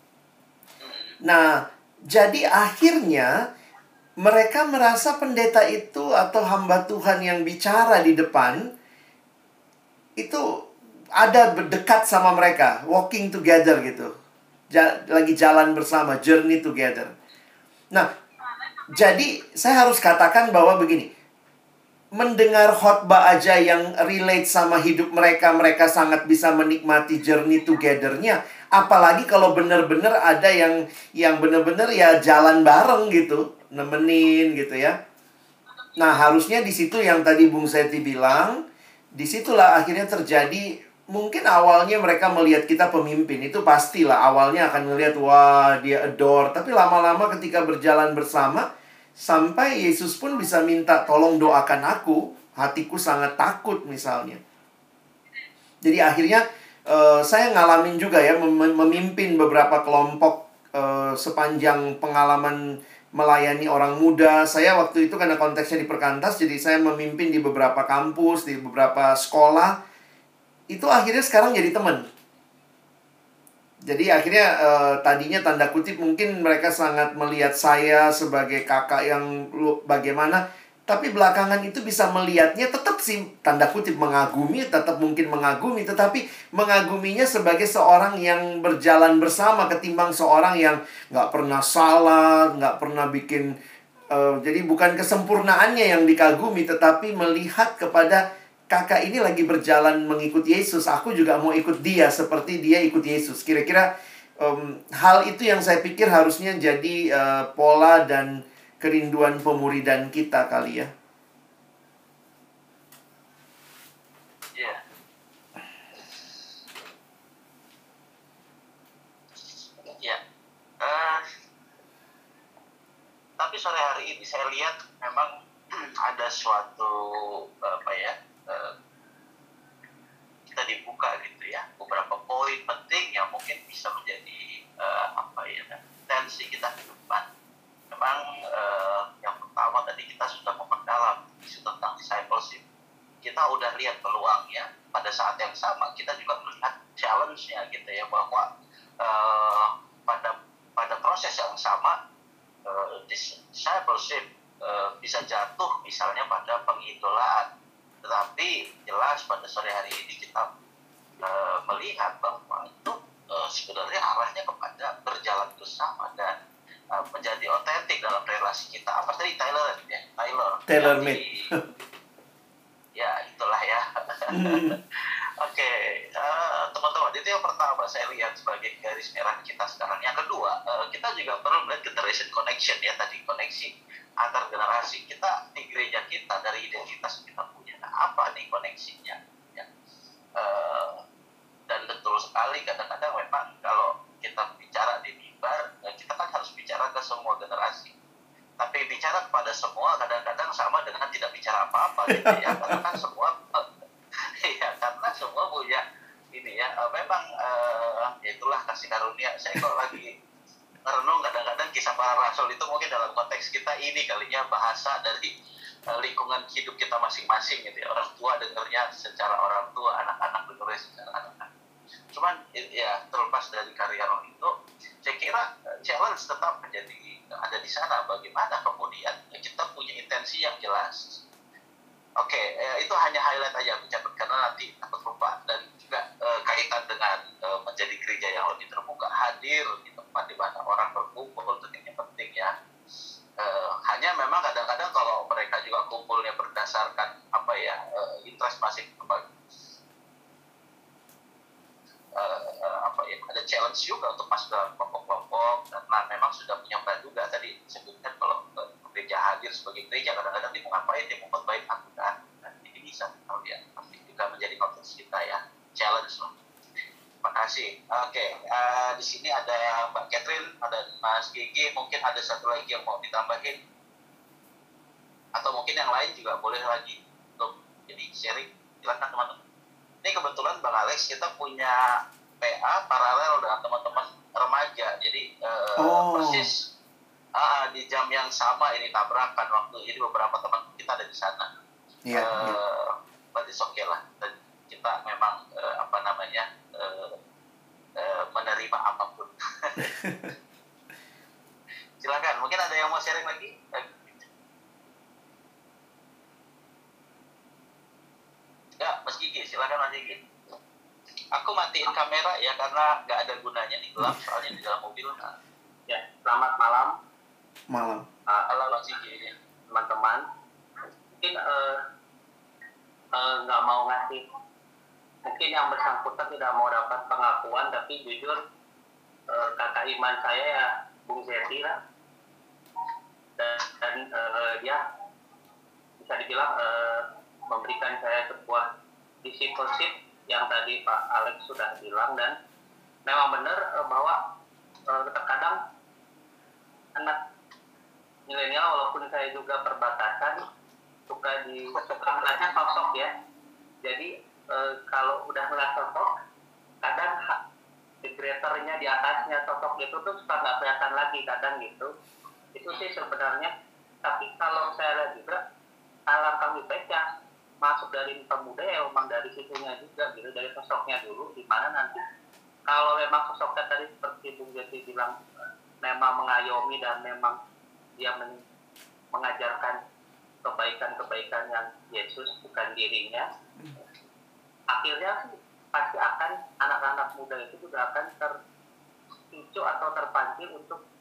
Nah, jadi akhirnya mereka merasa pendeta itu atau hamba Tuhan yang bicara di depan itu ada dekat sama mereka, walking together gitu. Ja- lagi jalan bersama, journey together. Nah, jadi saya harus katakan bahwa begini, mendengar khotbah aja yang relate sama hidup mereka, mereka sangat bisa menikmati journey together-nya. Apalagi kalau benar-benar ada yang yang benar-benar ya jalan bareng gitu, nemenin gitu ya. Nah, harusnya di situ yang tadi Bung Seti bilang, disitulah akhirnya terjadi. Mungkin awalnya mereka melihat kita pemimpin, itu pastilah awalnya akan melihat wah dia adore. Tapi lama-lama ketika berjalan bersama, sampai Yesus pun bisa minta tolong doakan aku, hatiku sangat takut misalnya. Jadi akhirnya uh, saya ngalamin juga ya mem- memimpin beberapa kelompok uh, sepanjang pengalaman melayani orang muda. Saya waktu itu karena konteksnya di Perkantas, jadi saya memimpin di beberapa kampus, di beberapa sekolah. Itu akhirnya sekarang jadi teman. Jadi akhirnya uh, tadinya tanda kutip mungkin mereka sangat melihat saya sebagai kakak yang lu- bagaimana. Tapi belakangan itu bisa melihatnya tetap sih tanda kutip mengagumi, tetap mungkin mengagumi. Tetapi mengaguminya sebagai seorang yang berjalan bersama ketimbang seorang yang nggak pernah salah, nggak pernah bikin. Uh, jadi bukan kesempurnaannya yang dikagumi, tetapi melihat kepada kakak ini lagi berjalan mengikut Yesus, aku juga mau ikut dia seperti dia ikut Yesus. Kira-kira um, hal itu yang saya pikir harusnya jadi uh, pola dan kerinduan pemuridan kita kali ya. Iya. Iya. Eh, tapi sore hari ini saya lihat memang ada suatu apa ya? Uh, kita dibuka gitu ya beberapa poin penting yang mungkin bisa menjadi uh, apa ya tensi kita ke depan. Memang uh, yang pertama tadi kita sudah memperdalam isu tentang discipleship. Kita udah lihat peluangnya, pada saat yang sama kita juga melihat challenge-nya gitu ya, bahwa uh, pada pada proses yang sama uh, discipleship uh, bisa jatuh misalnya pada pengidolaan. Tetapi jelas pada sore hari ini kita uh, melihat bahwa itu uh, sebenarnya arahnya kepada berjalan bersama dan uh, menjadi otentik dalam relasi kita. Apa tadi Tyler ya? Tyler. Tailor made. Ya itulah ya. Oke, okay. uh, teman-teman, itu yang pertama saya lihat sebagai garis merah kita sekarang. Yang kedua, uh, kita juga perlu melihat generation connection ya, tadi koneksi antar generasi. Kita di gereja kita dari identitas kita punya. Nah, apa nih koneksinya? Ya. Uh, dan betul sekali kadang-kadang memang kalau kita bicara di mimbar, kita kan harus bicara ke semua generasi. Tapi bicara kepada semua kadang-kadang sama dengan tidak bicara apa-apa gitu ya. Karena kan semua memang uh, ya itulah kasih karunia. Saya kok lagi merenung kadang-kadang kisah para rasul itu mungkin dalam konteks kita ini kalinya bahasa dari uh, lingkungan hidup kita masing-masing gitu ya. Orang tua dengarnya secara orang tua, anak-anak dengarnya secara anak-anak. Cuman ya terlepas dari karya roh itu, saya kira uh, challenge tetap menjadi ada di sana. Bagaimana kemudian ya, kita punya intensi yang jelas. Oke, okay, eh, itu hanya highlight aja aku catat karena nanti takut lupa. Dan juga eh, kaitan dengan eh, menjadi gereja yang lebih terbuka, hadir di tempat di mana orang berkumpul itu yang penting ya. Eh, hanya memang kadang-kadang kalau mereka juga kumpulnya berdasarkan apa ya eh, interest masing apa, eh, apa ya ada challenge juga untuk masuk dalam kelompok-kelompok. Nah, memang sudah punya plan juga tadi disebutkan kalau eh, gereja hadir sebagai gereja kadang-kadang dia mau ngapain, dia mau baik aku kan, ini bisa kalau dia pasti juga menjadi konteks kita ya, challenge loh. Terima kasih. Oke, okay. uh, di sini ada Mbak Catherine, ada Mas Gigi, mungkin ada satu lagi yang mau ditambahin, atau mungkin yang lain juga boleh lagi untuk jadi sharing. Silakan teman-teman. Ini kebetulan Bang Alex kita punya P A paralel dengan teman-teman remaja, jadi uh, oh. persis. Ah, di jam yang sama ini tabrakan waktu, jadi beberapa teman kita ada di sana. Iya. Uh, Yeah. Berarti oke lah. Dan kita memang uh, apa namanya uh, uh, menerima apapun. Silakan. Mungkin ada yang mau sharing lagi? Ya, Mas Gigi, silakan Mas Gigi. Aku matiin kamera ya karena nggak ada gunanya nih, gelap soalnya di dalam mobil. Nah. Ya, selamat malam. Malam. Uh, halo Mas Gigi, teman-teman. Mungkin nggak uh, uh, mau ngasih, mungkin yang bersangkutan tidak mau dapat pengakuan, tapi jujur uh, kakak iman saya ya Bung Zeti lah, dan, dan uh, dia bisa dibilang uh, memberikan saya sebuah discipleship yang tadi Pak Alex sudah bilang, dan memang benar uh, bahwa uh, terkadang anak milenial, walaupun saya juga perbatasan, suka di suka melihatnya sosok ya. Jadi e, kalau udah melihat sosok, kadang integratornya di atasnya sosok itu tuh suka nggak kelihatan lagi kadang gitu. Itu sih sebenarnya. Tapi kalau saya lihat juga, alangkah lebih baik ya masuk dari pemuda ya memang dari situnya juga gitu, dari sosoknya dulu, di mana nanti kalau memang sosoknya tadi seperti Bung Jati bilang memang mengayomi dan memang dia men- mengajarkan kebaikan-kebaikan yang Yesus bukan dirinya, akhirnya sih pasti akan anak-anak muda itu juga akan terpicu atau terpancing untuk